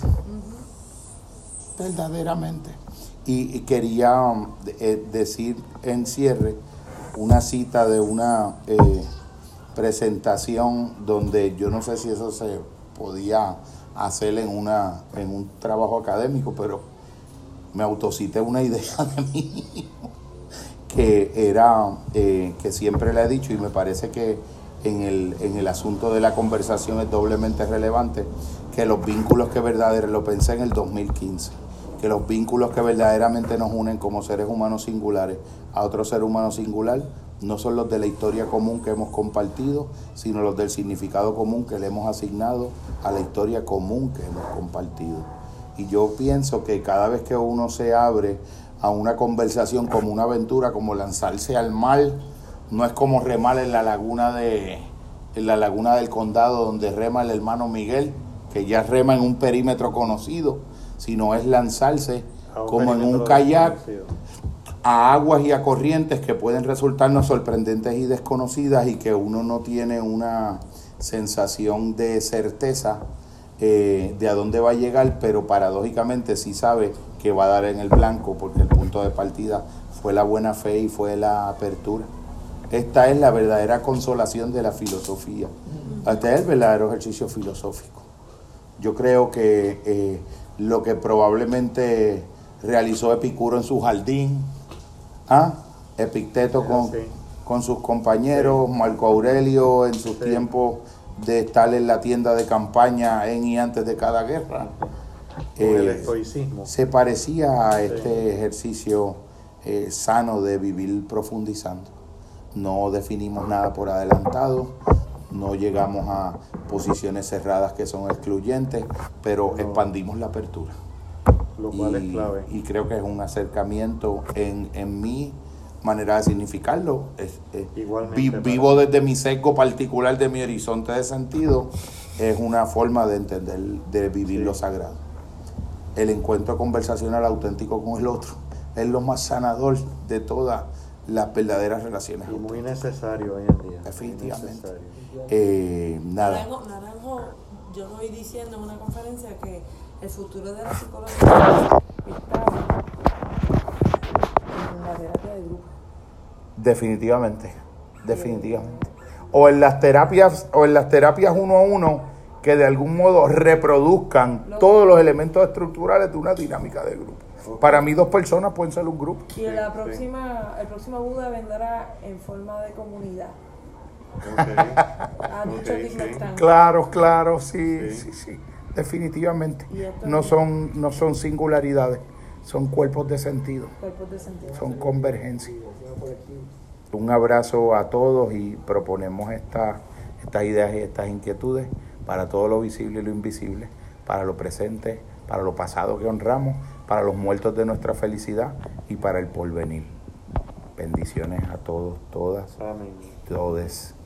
Uh-huh. Verdaderamente. Y, y quería eh, decir en cierre una cita de una eh, presentación donde yo no sé si eso se podía hacer en, una, en un trabajo académico, pero me autocité una idea de mí mismo, que era, eh, que siempre le he dicho y me parece que en el, en el asunto de la conversación es doblemente relevante, que los vínculos que verdaderamente, lo pensé en el dos mil quince, que los vínculos que verdaderamente nos unen como seres humanos singulares a otro ser humano singular no son los de la historia común que hemos compartido, sino los del significado común que le hemos asignado a la historia común que hemos compartido. Y yo pienso que cada vez que uno se abre a una conversación como una aventura, como lanzarse al mar, no es como remar en la laguna de en la laguna del Condado donde rema el hermano Miguel, que ya rema en un perímetro conocido, sino es lanzarse como en un kayak a aguas y a corrientes que pueden resultarnos sorprendentes y desconocidas y que uno no tiene una sensación de certeza eh, de a dónde va a llegar, pero paradójicamente sí sabe que va a dar en el blanco porque el punto de partida fue la buena fe y fue la apertura. Esta es la verdadera consolación de la filosofía. Este es el verdadero ejercicio filosófico. Yo creo que eh, lo que probablemente realizó Epicuro en su jardín, ¿ah? Epicteto con, sí. con sus compañeros, sí. Marco Aurelio en sus sí. tiempos de estar en la tienda de campaña en y antes de cada guerra, eh, el estoicismo. Se parecía a este sí. ejercicio eh, sano de vivir profundizando. No definimos nada por adelantado, no llegamos a posiciones cerradas que son excluyentes, pero no. expandimos la apertura. Lo cual y, es clave. Y creo que es un acercamiento en, en mi manera de significarlo. Es, es, vi, vivo desde mi sesgo particular, de mi horizonte de sentido, es una forma de entender, de vivir sí. lo sagrado. El encuentro conversacional auténtico con el otro es lo más sanador de todas las verdaderas relaciones. Y muy necesario hoy en día. Definitivamente. Eh, nada. Naranjo, Naranjo, yo voy diciendo en una conferencia que el futuro de la psicología está en la terapia de grupo. Definitivamente, definitivamente. O en las terapias, o en las terapias uno a uno que de algún modo reproduzcan lo, todos los elementos estructurales de una dinámica de grupo. Okay. Para mí dos personas pueden ser un grupo. Y la próxima, el próximo Buda vendrá en forma de comunidad. Okay. Ha dicho okay, sí. Claro, claro, sí, sí, sí, sí. Definitivamente. No son, no son singularidades, son cuerpos de sentido. Cuerpos de sentido. Son convergencias. Un abrazo a todos y proponemos esta, estas ideas y estas inquietudes para todo lo visible y lo invisible, para lo presente, para lo pasado que honramos, para los muertos de nuestra felicidad y para el porvenir. Bendiciones a todos, todas, amén. Todes.